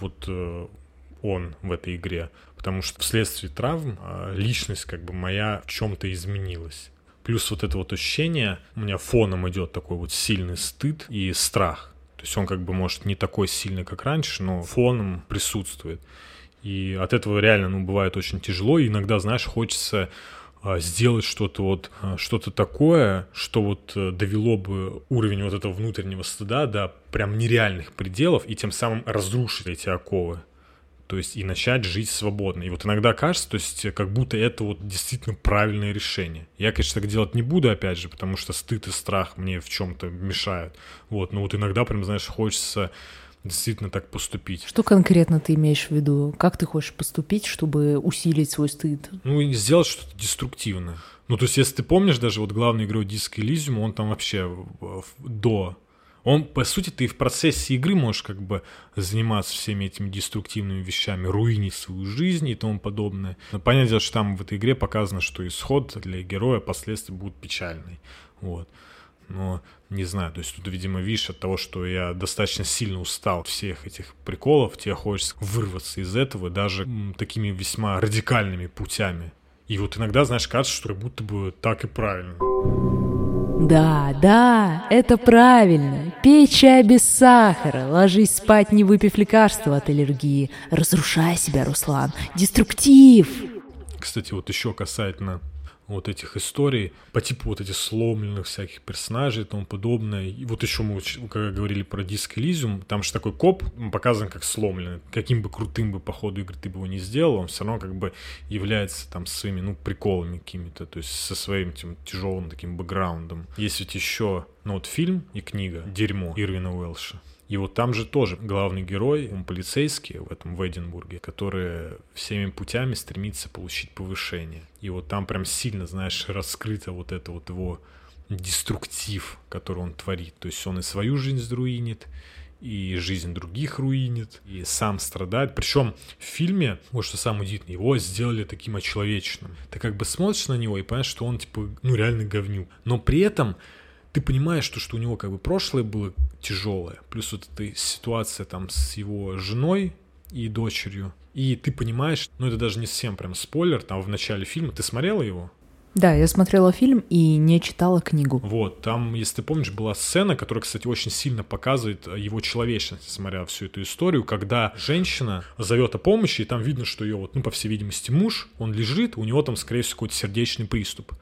S1: он в этой игре. Потому что вследствие травм личность как бы моя в чем-то изменилась. Плюс вот это ощущение, у меня фоном идет такой сильный стыд и страх. То есть он как бы, может, не такой сильный, как раньше, но фоном присутствует. И от этого реально, бывает очень тяжело. И иногда, хочется сделать что-то такое, что довело бы уровень этого внутреннего стыда до прям нереальных пределов и тем самым разрушить эти оковы. То есть и начать жить свободно. И иногда кажется, то есть как будто это действительно правильное решение. Я, конечно, так делать не буду, опять же, потому что стыд и страх мне в чем-то мешают. Но иногда прям, хочется действительно так поступить.
S2: Что конкретно ты имеешь в виду? Как ты хочешь поступить, чтобы усилить свой стыд?
S1: И сделать что-то деструктивное. То есть если ты помнишь, даже главный герой Disco Elysium, он там вообще Он, по сути, ты в процессе игры можешь как бы заниматься всеми этими деструктивными вещами, руинить свою жизнь и тому подобное. Но понятное дело, что там в этой игре показано, что исход для героя последствий будет печальный. Но не знаю, то есть тут, видимо, видишь, от того, что я достаточно сильно устал от всех этих приколов, тебе хочется вырваться из этого даже такими весьма радикальными путями. И иногда, кажется, что как будто бы так и правильно.
S4: Да, это правильно. Пей чай без сахара, ложись спать, не выпив лекарства от аллергии. Разрушай себя, Руслан. Деструктив.
S1: Кстати, еще касательно этих историй, по типу этих сломленных всяких персонажей и тому подобное. И еще мы, когда говорили про Disco Elysium, там же такой коп показан как сломленный. Каким бы крутым бы по ходу игры ты бы его не сделал, он все равно как бы является там своими, приколами какими-то, то есть со своим тяжелым таким бэкграундом. Есть еще, фильм и книга «Дерьмо» Ирвина Уэлша. И там же тоже главный герой, он полицейский в Эдинбурге, который всеми путями стремится получить повышение. И там прям сильно, раскрыто его деструктив, который он творит. То есть он и свою жизнь руинит, и жизнь других руинит, и сам страдает. Причем в фильме, что самое удивительное, его сделали таким очеловеченным. Ты как бы смотришь на него и понимаешь, что он реально говнюк. Но при этом ты понимаешь, что у него как бы прошлое было тяжелое, плюс эта ситуация там с его женой и дочерью, и ты понимаешь, это даже не совсем прям спойлер, там в начале фильма, ты смотрела его?
S2: Да, я смотрела фильм и не читала книгу.
S1: Там, если ты помнишь, была сцена, которая, кстати, очень сильно показывает его человечность, несмотря всю эту историю, когда женщина зовет о помощи, и там видно, что ее, по всей видимости, муж, он лежит, у него там, скорее всего, какой-то сердечный приступ.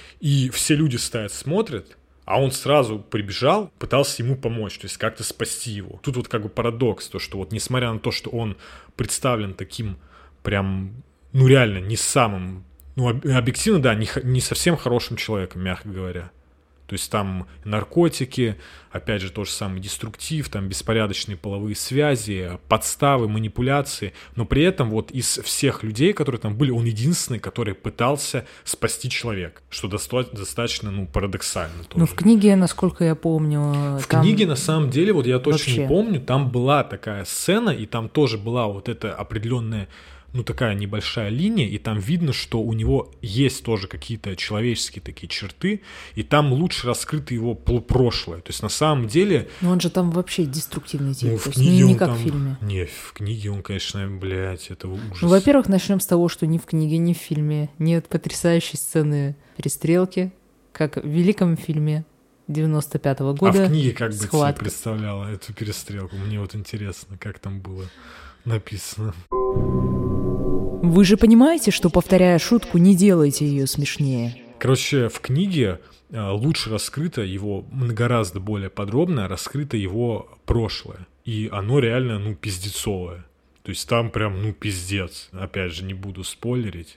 S1: И все люди стоят, смотрят, а он сразу прибежал, пытался ему помочь, то есть как-то спасти его. Тут как бы парадокс, то что несмотря на то, что он представлен таким прям, реально не самым, объективно, да, не совсем хорошим человеком, мягко говоря. То есть там наркотики, опять же, тот же самый деструктив, там беспорядочные половые связи, подставы, манипуляции. Но при этом из всех людей, которые там были, он единственный, который пытался спасти человека, что достаточно, парадоксально тоже.
S2: В книге, насколько я помню...
S1: В книге, на самом деле, я точно не помню, там была такая сцена, и там тоже была эта определенная такая небольшая линия, и там видно, что у него есть тоже какие-то человеческие такие черты, и там лучше раскрыто его прошлое. То есть на самом деле...
S2: Но он же там вообще деструктивный тип,
S1: в
S2: то есть
S1: книге
S2: не
S1: он
S2: как
S1: там...
S2: в фильме.
S1: Не, в книге он, конечно, блядь, это ужас.
S2: Ну, во-первых, начнем с того, что ни в книге, ни в фильме нет потрясающей сцены перестрелки, как в великом фильме 95-го года.
S1: А в книге как бы ты
S2: «Схватка».
S1: себе представляла эту перестрелку? Мне вот интересно, как там было написано.
S2: Вы же понимаете, что, повторяя шутку, не делайте ее смешнее.
S1: Короче, в книге лучше раскрыто его, гораздо более подробно раскрыто его прошлое. И оно реально, пиздецовое. То есть там прям, пиздец. Опять же, не буду спойлерить.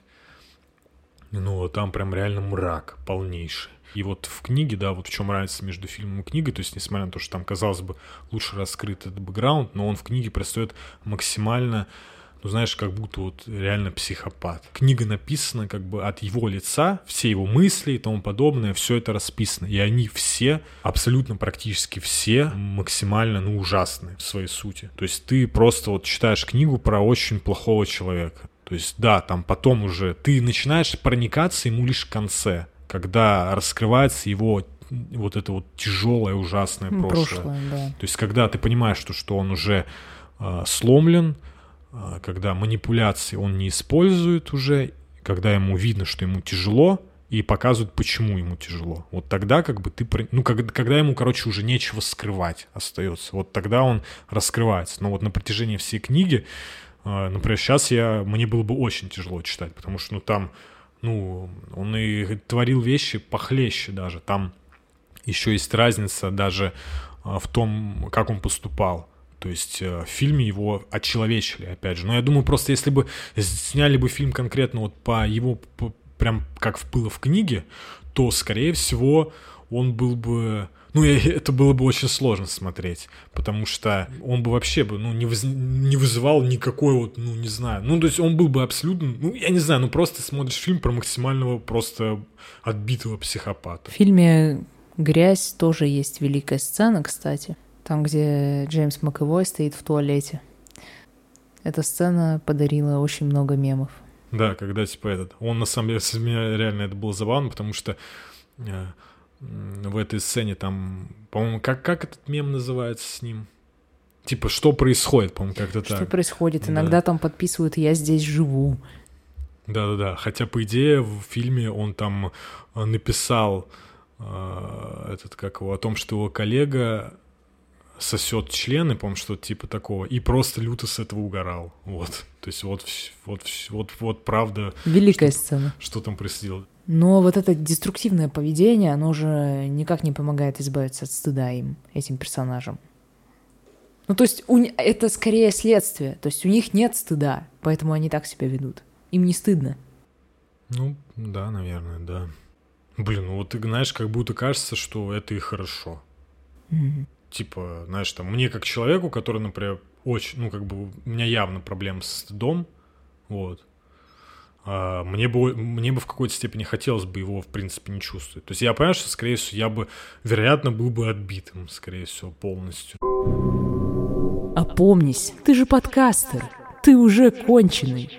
S1: Но там прям реально мрак полнейший. И вот в книге, да, вот в чем разница между фильмом и книгой, то есть несмотря на то, что там, казалось бы, лучше раскрыт этот бэкграунд, но он в книге предстает максимально, знаешь, как будто вот реально психопат. Книга написана как бы от его лица, все его мысли и тому подобное, все это расписано. И они все, абсолютно практически все, максимально, ужасные в своей сути. То есть ты просто вот читаешь книгу про очень плохого человека. То есть, да, там потом уже ты начинаешь проникаться ему лишь в конце, когда раскрывается его вот это вот тяжелое, ужасное прошлое.
S2: Да.
S1: То есть, когда ты понимаешь, что он уже сломлен, когда манипуляции он не использует уже, когда ему видно, что ему тяжело, и показывают, почему ему тяжело. Вот тогда как бы ты... когда ему, короче, уже нечего скрывать остается. Вот тогда он раскрывается. Но вот на протяжении всей книги, например, сейчас мне было бы очень тяжело читать, потому что, там, он и творил вещи похлеще даже. Там еще есть разница даже в том, как он поступал. То есть в фильме его отчеловечили, опять же. Но я думаю, просто если бы сняли бы фильм конкретно вот прям как было в книге, то, скорее всего, он был бы... это было бы очень сложно смотреть, потому что он бы вообще не вызывал никакой вот, не знаю. То есть он был бы абсолютно... я не знаю, просто смотришь фильм про максимального просто отбитого психопата.
S2: В фильме «Грязь» тоже есть великая сцена, кстати. Там, где Джеймс МcAvoy стоит в туалете. Эта сцена подарила очень много мемов.
S1: Да, когда он на самом деле, для меня реально это было забавно, потому что в этой сцене там, по-моему, как этот мем называется с ним? Типа, что происходит, по-моему, как-то так.
S2: Что происходит? Иногда там подписывают «Я здесь живу».
S1: Да. Хотя, по идее, в фильме он там написал о том, что его коллега сосет члены, по-моему, что-то типа такого, и просто люто с этого угорал. Вот. То есть вот правда...
S2: Великая сцена.
S1: Что там происходило.
S2: Но вот это деструктивное поведение, оно же никак не помогает избавиться от стыда этим персонажам. То есть это скорее следствие. То есть у них нет стыда, поэтому они так себя ведут. Им не стыдно.
S1: Да, наверное, да. Блин, вот ты знаешь, как будто кажется, что это и хорошо.
S2: Mm-hmm.
S1: Типа, знаешь, там, мне как человеку, который, например, очень, у меня явно проблемы со стыдом, вот, мне бы в какой-то степени хотелось бы его, в принципе, не чувствовать. То есть я понимаю, что, скорее всего, я бы, вероятно, был бы отбитым, скорее всего, полностью.
S4: Опомнись, ты же подкастер, ты уже конченый.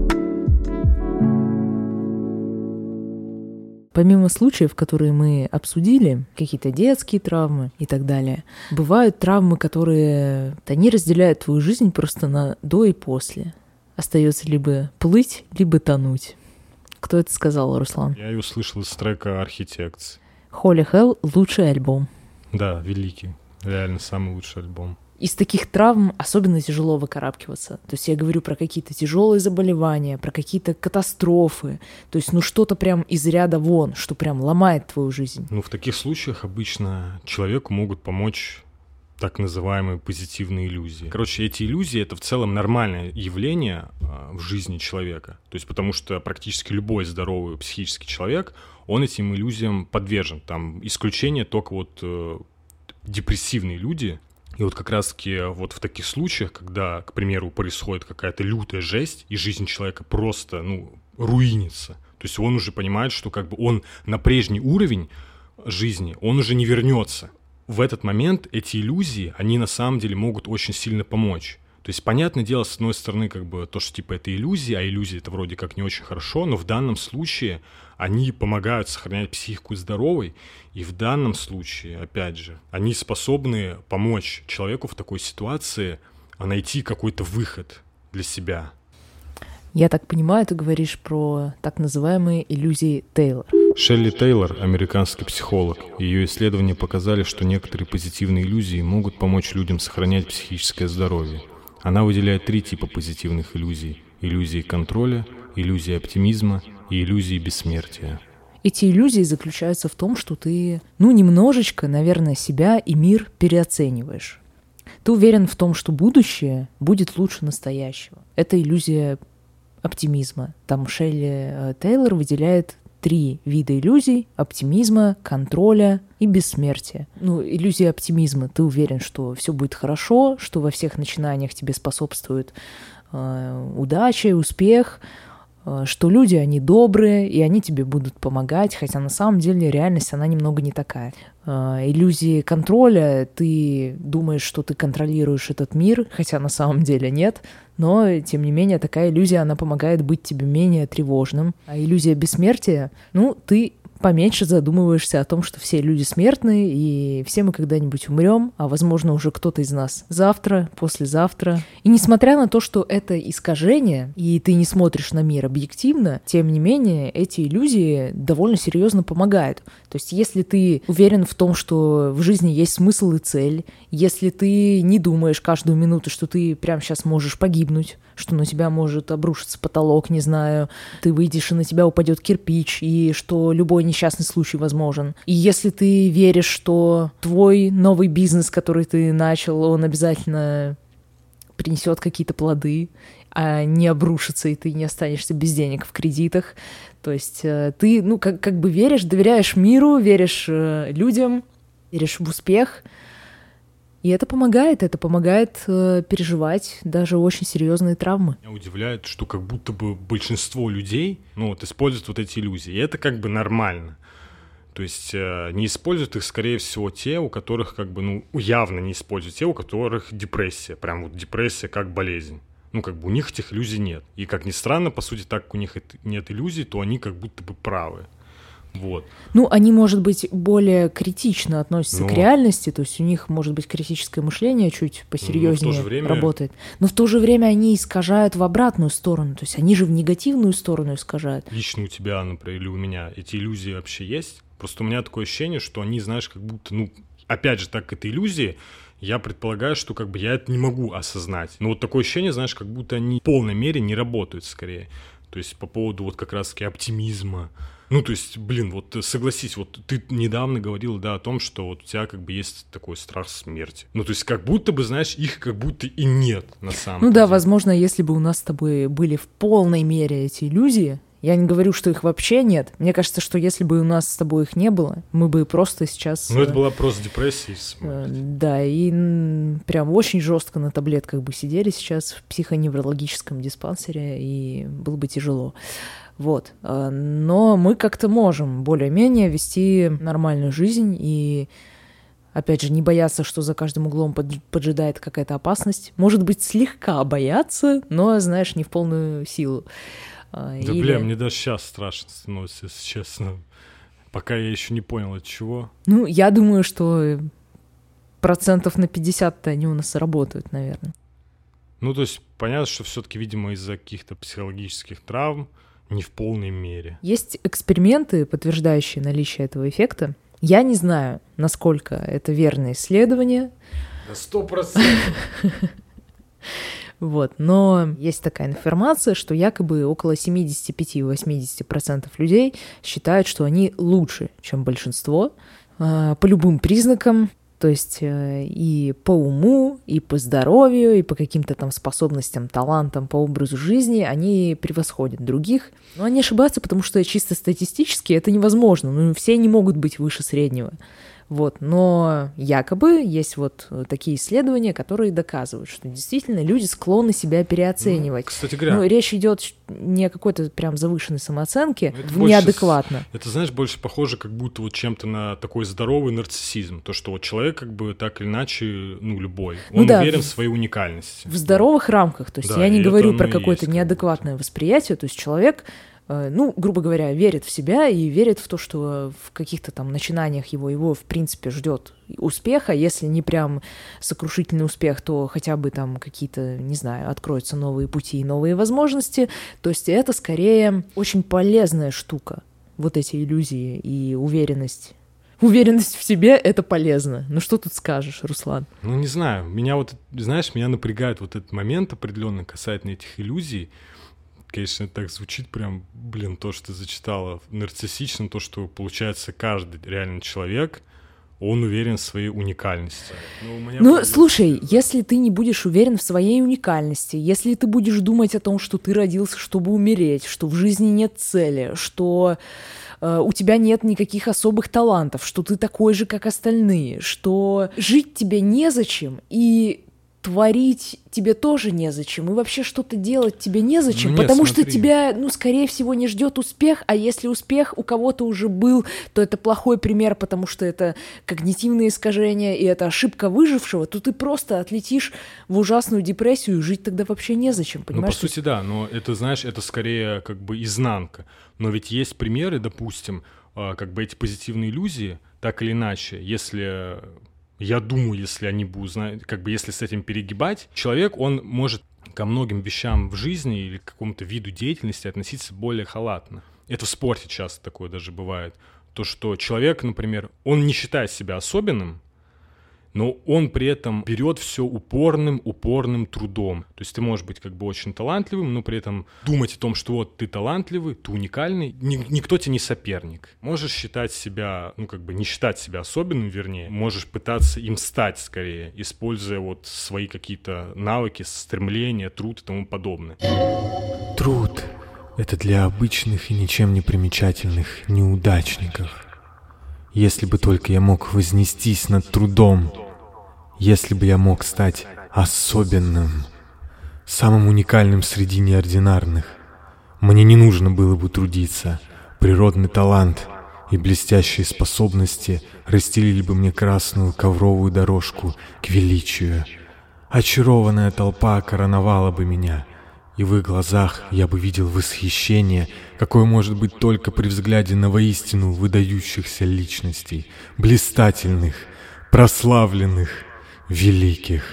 S2: Помимо случаев, которые мы обсудили, какие-то детские травмы и так далее, бывают травмы, которые... Они разделяют твою жизнь просто на до и после. Остается либо плыть, либо тонуть. Кто это сказал, Руслан?
S1: Я ее услышал из трека «Архитекции».
S2: Holy Hell — лучший альбом.
S1: Да, великий. Реально самый лучший альбом.
S2: Из таких травм особенно тяжело выкарабкиваться. То есть я говорю про какие-то тяжелые заболевания, про какие-то катастрофы. То есть что-то прям из ряда вон, что прям ломает твою жизнь.
S1: В таких случаях обычно человеку могут помочь так называемые позитивные иллюзии. Короче, эти иллюзии — это в целом нормальное явление в жизни человека. То есть потому что практически любой здоровый психический человек, он этим иллюзиям подвержен. Там исключение только депрессивные люди. И вот как раз-таки вот в таких случаях, когда, к примеру, происходит какая-то лютая жесть, и жизнь человека просто, руинится. То есть он уже понимает, что он на прежний уровень жизни, он уже не вернется. В этот момент эти иллюзии, они на самом деле могут очень сильно помочь.
S3: То есть, понятное дело, с одной стороны, как бы то, что типа это иллюзия, а иллюзия это вроде как не очень хорошо, но в данном случае они помогают сохранять психику здоровой, и в данном случае, опять же, они способны помочь человеку в такой ситуации найти какой-то выход для себя.
S2: Я так понимаю, ты говоришь про так называемые иллюзии Тейлор.
S3: Шелли Тейлор, американский психолог. Ее исследования показали, что некоторые позитивные иллюзии могут помочь людям сохранять психическое здоровье. Она выделяет 3 типа позитивных иллюзий: иллюзии контроля, иллюзии оптимизма и иллюзии бессмертия.
S2: Эти иллюзии заключаются в том, что ты, немножечко, наверное, себя и мир переоцениваешь. Ты уверен в том, что будущее будет лучше настоящего. Это иллюзия оптимизма. Там Шелли Тейлор выделяет 3 вида иллюзий: оптимизма, контроля и бессмертия. Иллюзия оптимизма. Ты уверен, что все будет хорошо, что во всех начинаниях тебе способствует удача, успех, что люди, они добрые, и они тебе будут помогать, хотя на самом деле реальность, она немного не такая. Иллюзии контроля, ты думаешь, что ты контролируешь этот мир, хотя на самом деле нет, но, тем не менее, такая иллюзия, она помогает быть тебе менее тревожным. А иллюзия бессмертия, ты поменьше задумываешься о том, что все люди смертны, и все мы когда-нибудь умрем, а, возможно, уже кто-то из нас завтра, послезавтра. И несмотря на то, что это искажение, и ты не смотришь на мир объективно, тем не менее, эти иллюзии довольно серьезно помогают. То есть, если ты уверен в том, что в жизни есть смысл и цель, если ты не думаешь каждую минуту, что ты прямо сейчас можешь погибнуть, что на тебя может обрушиться потолок, не знаю, ты выйдешь, и на тебя упадет кирпич, и что любой несчастный случай возможен. И если ты веришь, что твой новый бизнес, который ты начал, он обязательно принесет какие-то плоды, а не обрушится, и ты не останешься без денег в кредитах, то есть ты, как бы веришь, доверяешь миру, веришь людям, веришь в успех, и это помогает переживать даже очень серьезные травмы.
S3: Меня удивляет, что как будто бы большинство людей, используют вот эти иллюзии, и это как бы нормально. То есть не используют их, скорее всего, те, у которых явно не используют, те, у которых депрессия, прям вот депрессия как болезнь. У них этих иллюзий нет. И, как ни странно, по сути, так как у них нет иллюзий, то они как будто бы правы. Вот.
S2: Они, может быть, более критично относятся к реальности, то есть у них, может быть, критическое мышление чуть посерьезнее работает. Но в то же время они искажают в обратную сторону, то есть они же в негативную сторону искажают.
S3: Лично у тебя, например, или у меня эти иллюзии вообще есть? Просто у меня такое ощущение, что они, знаешь, как будто, опять же, так как это иллюзии, я предполагаю, что я это не могу осознать. Но вот такое ощущение, знаешь, как будто они в полной мере не работают скорее. То есть по поводу вот как раз-таки оптимизма. Согласись, ты недавно говорил, о том, что вот у тебя есть такой страх смерти. То есть как будто бы, знаешь, их как будто и нет на самом деле.
S2: Возможно, если бы у нас с тобой были в полной мере эти иллюзии, я не говорю, что их вообще нет. Мне кажется, что если бы у нас с тобой их не было, мы бы просто сейчас...
S3: это была просто депрессия.
S2: Да, и прям очень жестко на таблетках бы сидели сейчас в психоневрологическом диспансере, и было бы тяжело. Вот. Но мы как-то можем более-менее вести нормальную жизнь и, опять же, не бояться, что за каждым углом поджидает какая-то опасность. Может быть, слегка бояться, но, знаешь, не в полную силу.
S3: Мне даже сейчас страшно становится, если честно. Пока я еще не понял, от чего.
S2: Я думаю, что 50% они у нас работают, наверное.
S3: То есть понятно, что все-таки, видимо, из-за каких-то психологических травм не в полной мере.
S2: Есть эксперименты, подтверждающие наличие этого эффекта. Я не знаю, насколько это верное исследование.
S3: Да 100%.
S2: Вот. Но есть такая информация, что якобы около 75-80% людей считают, что они лучше, чем большинство, по любым признакам. То есть и по уму, и по здоровью, и по каким-то там способностям, талантам, по образу жизни они превосходят других. Но они ошибаются, потому что чисто статистически это невозможно. Все не могут быть выше среднего. Вот, но якобы есть вот такие исследования, которые доказывают, что действительно люди склонны себя переоценивать.
S1: Кстати говоря,
S2: но речь идет не о какой-то прям завышенной самооценке,
S1: это
S2: неадекватно.
S1: Это, знаешь, больше похоже как будто вот чем-то на такой здоровый нарциссизм. То, что вот человек как бы так или иначе, любой, он уверен в своей уникальности.
S2: В здоровых рамках. То есть я не говорю про какое-то неадекватное восприятие. То есть человек, грубо говоря, верит в себя и верит в то, что в каких-то там начинаниях его в принципе ждет успеха. Если не прям сокрушительный успех, то хотя бы там какие-то, не знаю, откроются новые пути и новые возможности. То есть это скорее очень полезная штука. Вот эти иллюзии и уверенность. Уверенность в себе — это полезно. Ну что тут скажешь, Руслан?
S1: Ну не знаю, меня напрягает вот этот момент определенно касательно этих иллюзий. Конечно, так звучит прям, то, что ты зачитала, нарциссично, то, что, получается, каждый реально человек, он уверен в своей уникальности.
S2: Слушай, если ты не будешь уверен в своей уникальности, если ты будешь думать о том, что ты родился, чтобы умереть, что в жизни нет цели, что у тебя нет никаких особых талантов, что ты такой же, как остальные, что жить тебе незачем и творить тебе тоже незачем, и вообще что-то делать тебе незачем, потому что тебя, скорее всего, не ждет успех, а если успех у кого-то уже был, то это плохой пример, потому что это когнитивные искажения, и это ошибка выжившего, то ты просто отлетишь в ужасную депрессию, и жить тогда вообще незачем, понимаешь?
S1: По сути, да, но это, знаешь, это скорее как бы изнанка, но ведь есть примеры, допустим, как бы эти позитивные иллюзии, так или иначе, если... Я думаю, если они будут знать, если с этим перегибать, человек, он может ко многим вещам в жизни или к какому-то виду деятельности относиться более халатно. Это в спорте часто такое даже бывает. То, что человек, например, он не считает себя особенным, но он при этом берет все упорным трудом. То есть ты можешь быть как бы очень талантливым, но при этом думать о том, что вот ты талантливый, ты уникальный, никто тебе не соперник. Можешь считать себя, не считать себя особенным, вернее, можешь пытаться им стать скорее, используя вот свои какие-то навыки, стремления, труд и тому подобное.
S5: Труд — это для обычных и ничем не примечательных неудачников. Если бы только я мог вознестись над трудом, если бы я мог стать особенным, самым уникальным среди неординарных, мне не нужно было бы трудиться. Природный талант и блестящие способности расстелили бы мне красную ковровую дорожку к величию. Очарованная толпа короновала бы меня, и в их глазах я бы видел восхищение, какое может быть только при взгляде на воистину выдающихся личностей, блистательных, прославленных, великих.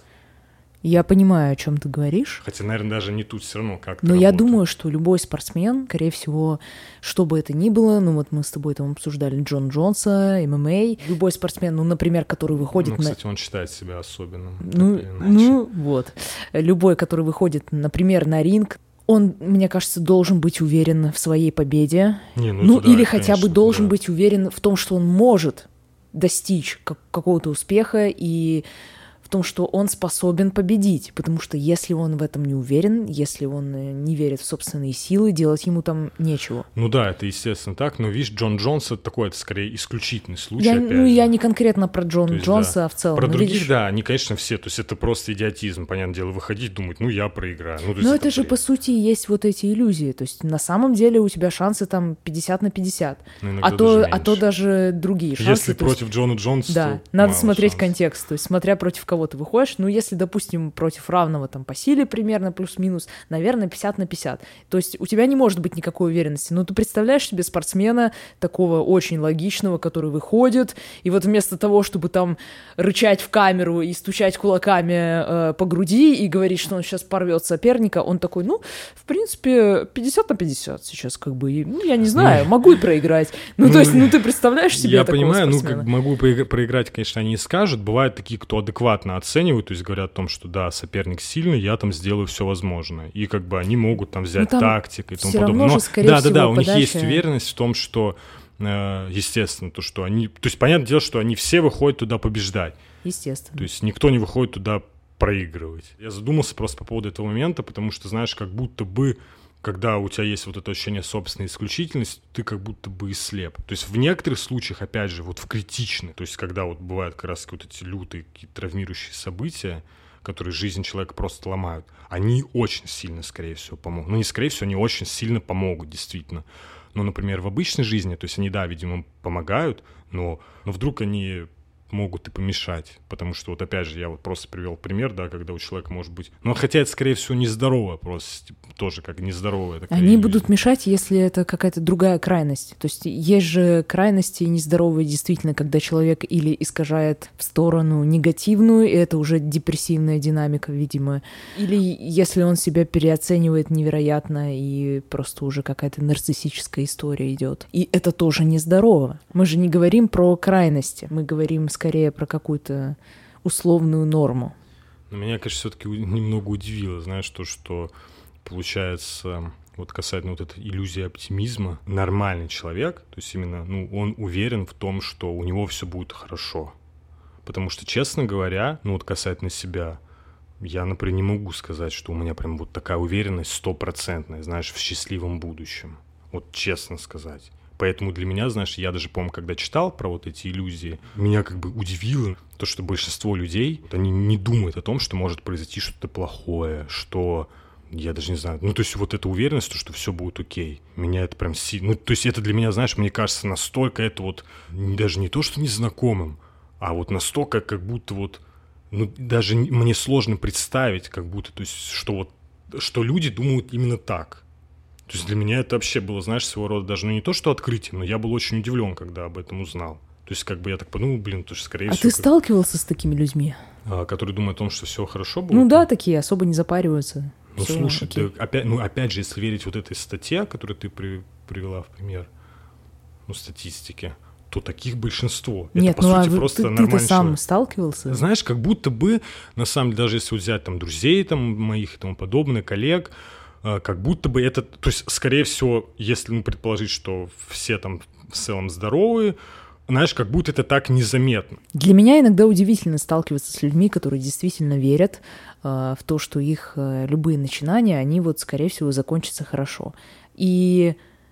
S2: Я понимаю, о чем ты говоришь.
S1: Хотя, наверное, даже не тут все равно как-то.
S2: Но я думаю, что любой спортсмен, скорее всего, что бы это ни было, вот мы с тобой там обсуждали Джон Джонса, ММА, любой спортсмен, например, который выходит...
S1: кстати, он считает себя особенным.
S2: Вот. Любой, который выходит, например, на ринг, он, мне кажется, должен быть уверен в своей победе. Или хотя бы должен быть уверен в том, что он может достичь какого-то успеха и в том, что он способен победить, потому что если он в этом не уверен, если он не верит в собственные силы, делать ему там нечего.
S1: Это естественно так, но видишь, Джон Джонс — это скорее исключительный случай.
S2: Я не конкретно про Джона Джонса, а в целом.
S1: Про других, они, конечно, все, то есть это просто идиотизм, понятное дело, выходить, думать, я проиграю.
S2: Но это же, по сути, и есть вот эти иллюзии, то есть на самом деле у тебя шансы там 50/50, а то даже другие шансы.
S1: Если против Джона Джонса,
S2: да, надо смотреть контекст, то есть смотря против кого ты выходишь, если, допустим, против равного там по силе примерно плюс-минус, наверное, 50/50. То есть у тебя не может быть никакой уверенности. Ты представляешь себе спортсмена такого очень логичного, который выходит, и вот вместо того, чтобы там рычать в камеру и стучать кулаками по груди и говорить, что он сейчас порвет соперника, он такой, в принципе, 50/50 сейчас я не знаю, могу и проиграть. То есть, ты представляешь себе такого спортсмена?
S1: Я понимаю, могу проиграть, конечно, они и скажут. Бывают такие, кто адекватно оценивают, то есть говорят о том, что да, соперник сильный, я там сделаю все возможное. И они могут там взять тактику и тому подобное. Но у них есть уверенность в том, что естественно, то, что они... То есть понятное дело, что они все выходят туда побеждать.
S2: Естественно.
S1: То есть никто не выходит туда проигрывать. Я задумался просто по поводу этого момента, потому что, знаешь, как будто бы
S3: когда у тебя есть вот это ощущение собственной исключительности, ты как будто бы и слеп. То есть в некоторых случаях, опять же, вот в критичных, то есть когда вот бывают как раз вот эти лютые какие-то травмирующие события, которые жизнь человека просто ломают, они очень сильно, скорее всего, помогут. Ну, не скорее всего, они очень сильно помогут, действительно. Но, например, в обычной жизни, то есть они, да, видимо, помогают, но вдруг они могут и помешать, потому что вот опять же я вот просто привел пример, да, когда у человека может быть, ну хотя это скорее всего нездоровое, просто тоже как нездоровое.
S2: Они будут мешать, если это какая-то другая крайность. То есть есть же крайности нездоровые действительно, когда человек или искажает в сторону негативную, и это уже депрессивная динамика, видимо, или если он себя переоценивает невероятно и просто уже какая-то нарциссическая история идет. И это тоже нездорово. Мы же не говорим про крайности, мы говорим скорее про какую-то условную норму.
S3: Но меня, конечно, все-таки немного удивило, знаешь, то, что получается, вот касательно вот этой иллюзии оптимизма, нормальный человек, то есть именно, ну, он уверен в том, что у него все будет хорошо. Потому что, честно говоря, ну вот касательно себя, я, например, не могу сказать, что у меня прям вот такая уверенность 100%, знаешь, в счастливом будущем. Вот честно сказать. Поэтому для меня, знаешь, я даже, помню, когда читал про вот эти иллюзии, меня как бы удивило то, что большинство людей, вот они не думают о том, что может произойти что-то плохое, что, я даже не знаю, ну, то есть вот эта уверенность, что все будет окей, меня это прям сильно, ну, то есть это для меня, знаешь, мне кажется, настолько это вот, даже не то, что незнакомым, а вот настолько как будто вот, ну, даже мне сложно представить, как будто, то есть, что вот, что люди думают именно так. То есть для меня это вообще было, знаешь, своего рода даже, ну, не то, что открытием, но я был очень удивлен, когда об этом узнал. То есть как бы я так подумал, блин, то есть скорее всего...
S2: А ты сталкивался с такими людьми?
S3: Которые думают о том, что все хорошо будет?
S2: Ну да, такие, особо не запариваются.
S3: Ну слушай, ты, опять же, если верить вот этой статье, которую ты привела в пример, ну, статистике, то таких большинство.
S2: Нет,
S3: это, по сути,
S2: а
S3: просто
S2: ты-то сам сталкивался?
S3: Знаешь, как будто бы, на самом деле, даже если взять там друзей там, моих и тому подобное, коллег, как будто бы это, то есть, скорее всего, если предположить, что все там в целом здоровые, знаешь, как будто это так незаметно.
S2: Для меня иногда удивительно сталкиваться с людьми, которые действительно верят в то, что их любые начинания, они вот, скорее всего, закончатся хорошо. И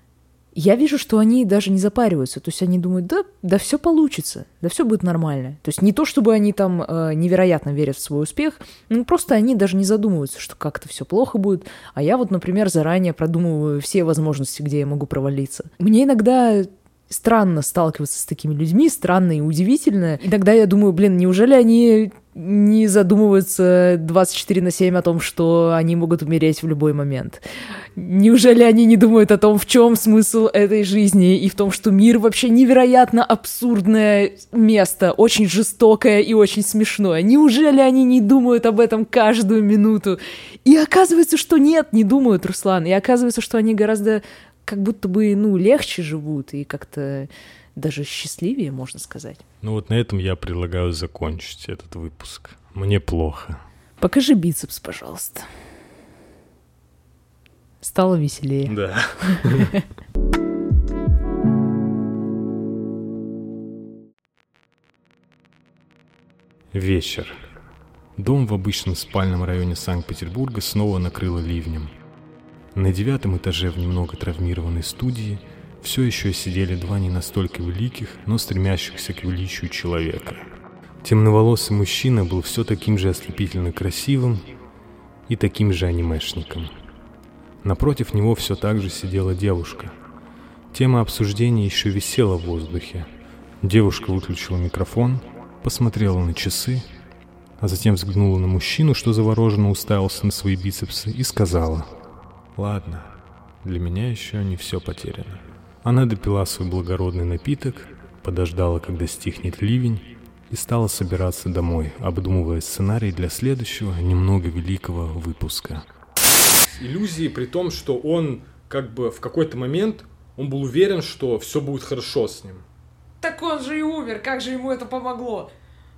S2: я вижу, что они даже не запариваются. То есть они думают, да все получится, да все будет нормально. То есть не то, чтобы они там невероятно верят в свой успех, но просто они даже не задумываются, что как-то все плохо будет. А я вот, например, заранее продумываю все возможности, где я могу провалиться. Мне иногда странно сталкиваться с такими людьми, странно и удивительно. Иногда я думаю, неужели они не задумываются 24/7 о том, что они могут умереть в любой момент? Неужели они не думают о том, в чем смысл этой жизни, и в том, что мир вообще невероятно абсурдное место, очень жестокое и очень смешное? Неужели они не думают об этом каждую минуту? И оказывается, что нет, не думают, Руслан. И оказывается, что они гораздо как будто бы, легче живут и как-то даже счастливее, можно сказать.
S3: Ну вот на этом я предлагаю закончить этот выпуск. Мне плохо.
S2: Покажи бицепс, пожалуйста. Стало веселее.
S3: Да. Вечер. Дом в обычном спальном районе Санкт-Петербурга снова накрыло ливнем. На 9-м этаже в немного травмированной студии все еще сидели два не настолько великих, но стремящихся к величию человека. Темноволосый мужчина был все таким же ослепительно красивым и таким же анимешником. Напротив него все так же сидела девушка. Тема обсуждения еще висела в воздухе. Девушка выключила микрофон, посмотрела на часы, а затем взглянула на мужчину, что завороженно уставился на свои бицепсы, и сказала: «Ладно, для меня еще не все потеряно». Она допила свой благородный напиток, подождала, когда стихнет ливень, и стала собираться домой, обдумывая сценарий для следующего, немного великого выпуска. Иллюзии при том, что он как бы в какой-то момент он был уверен, что все будет хорошо с ним.
S2: Так он же и умер, как же ему это помогло?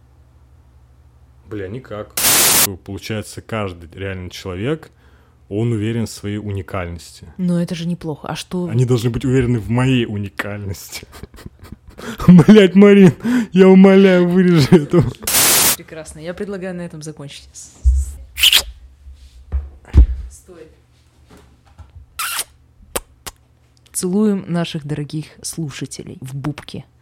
S3: Бля, никак. Получается, каждый реальный человек, он уверен в своей уникальности.
S2: Но это же неплохо. А что...
S3: Они должны быть уверены в моей уникальности. Блять, Марин, я умоляю, вырежи это.
S2: Прекрасно. Я предлагаю на этом закончить. Стой. Целуем наших дорогих слушателей в бубке.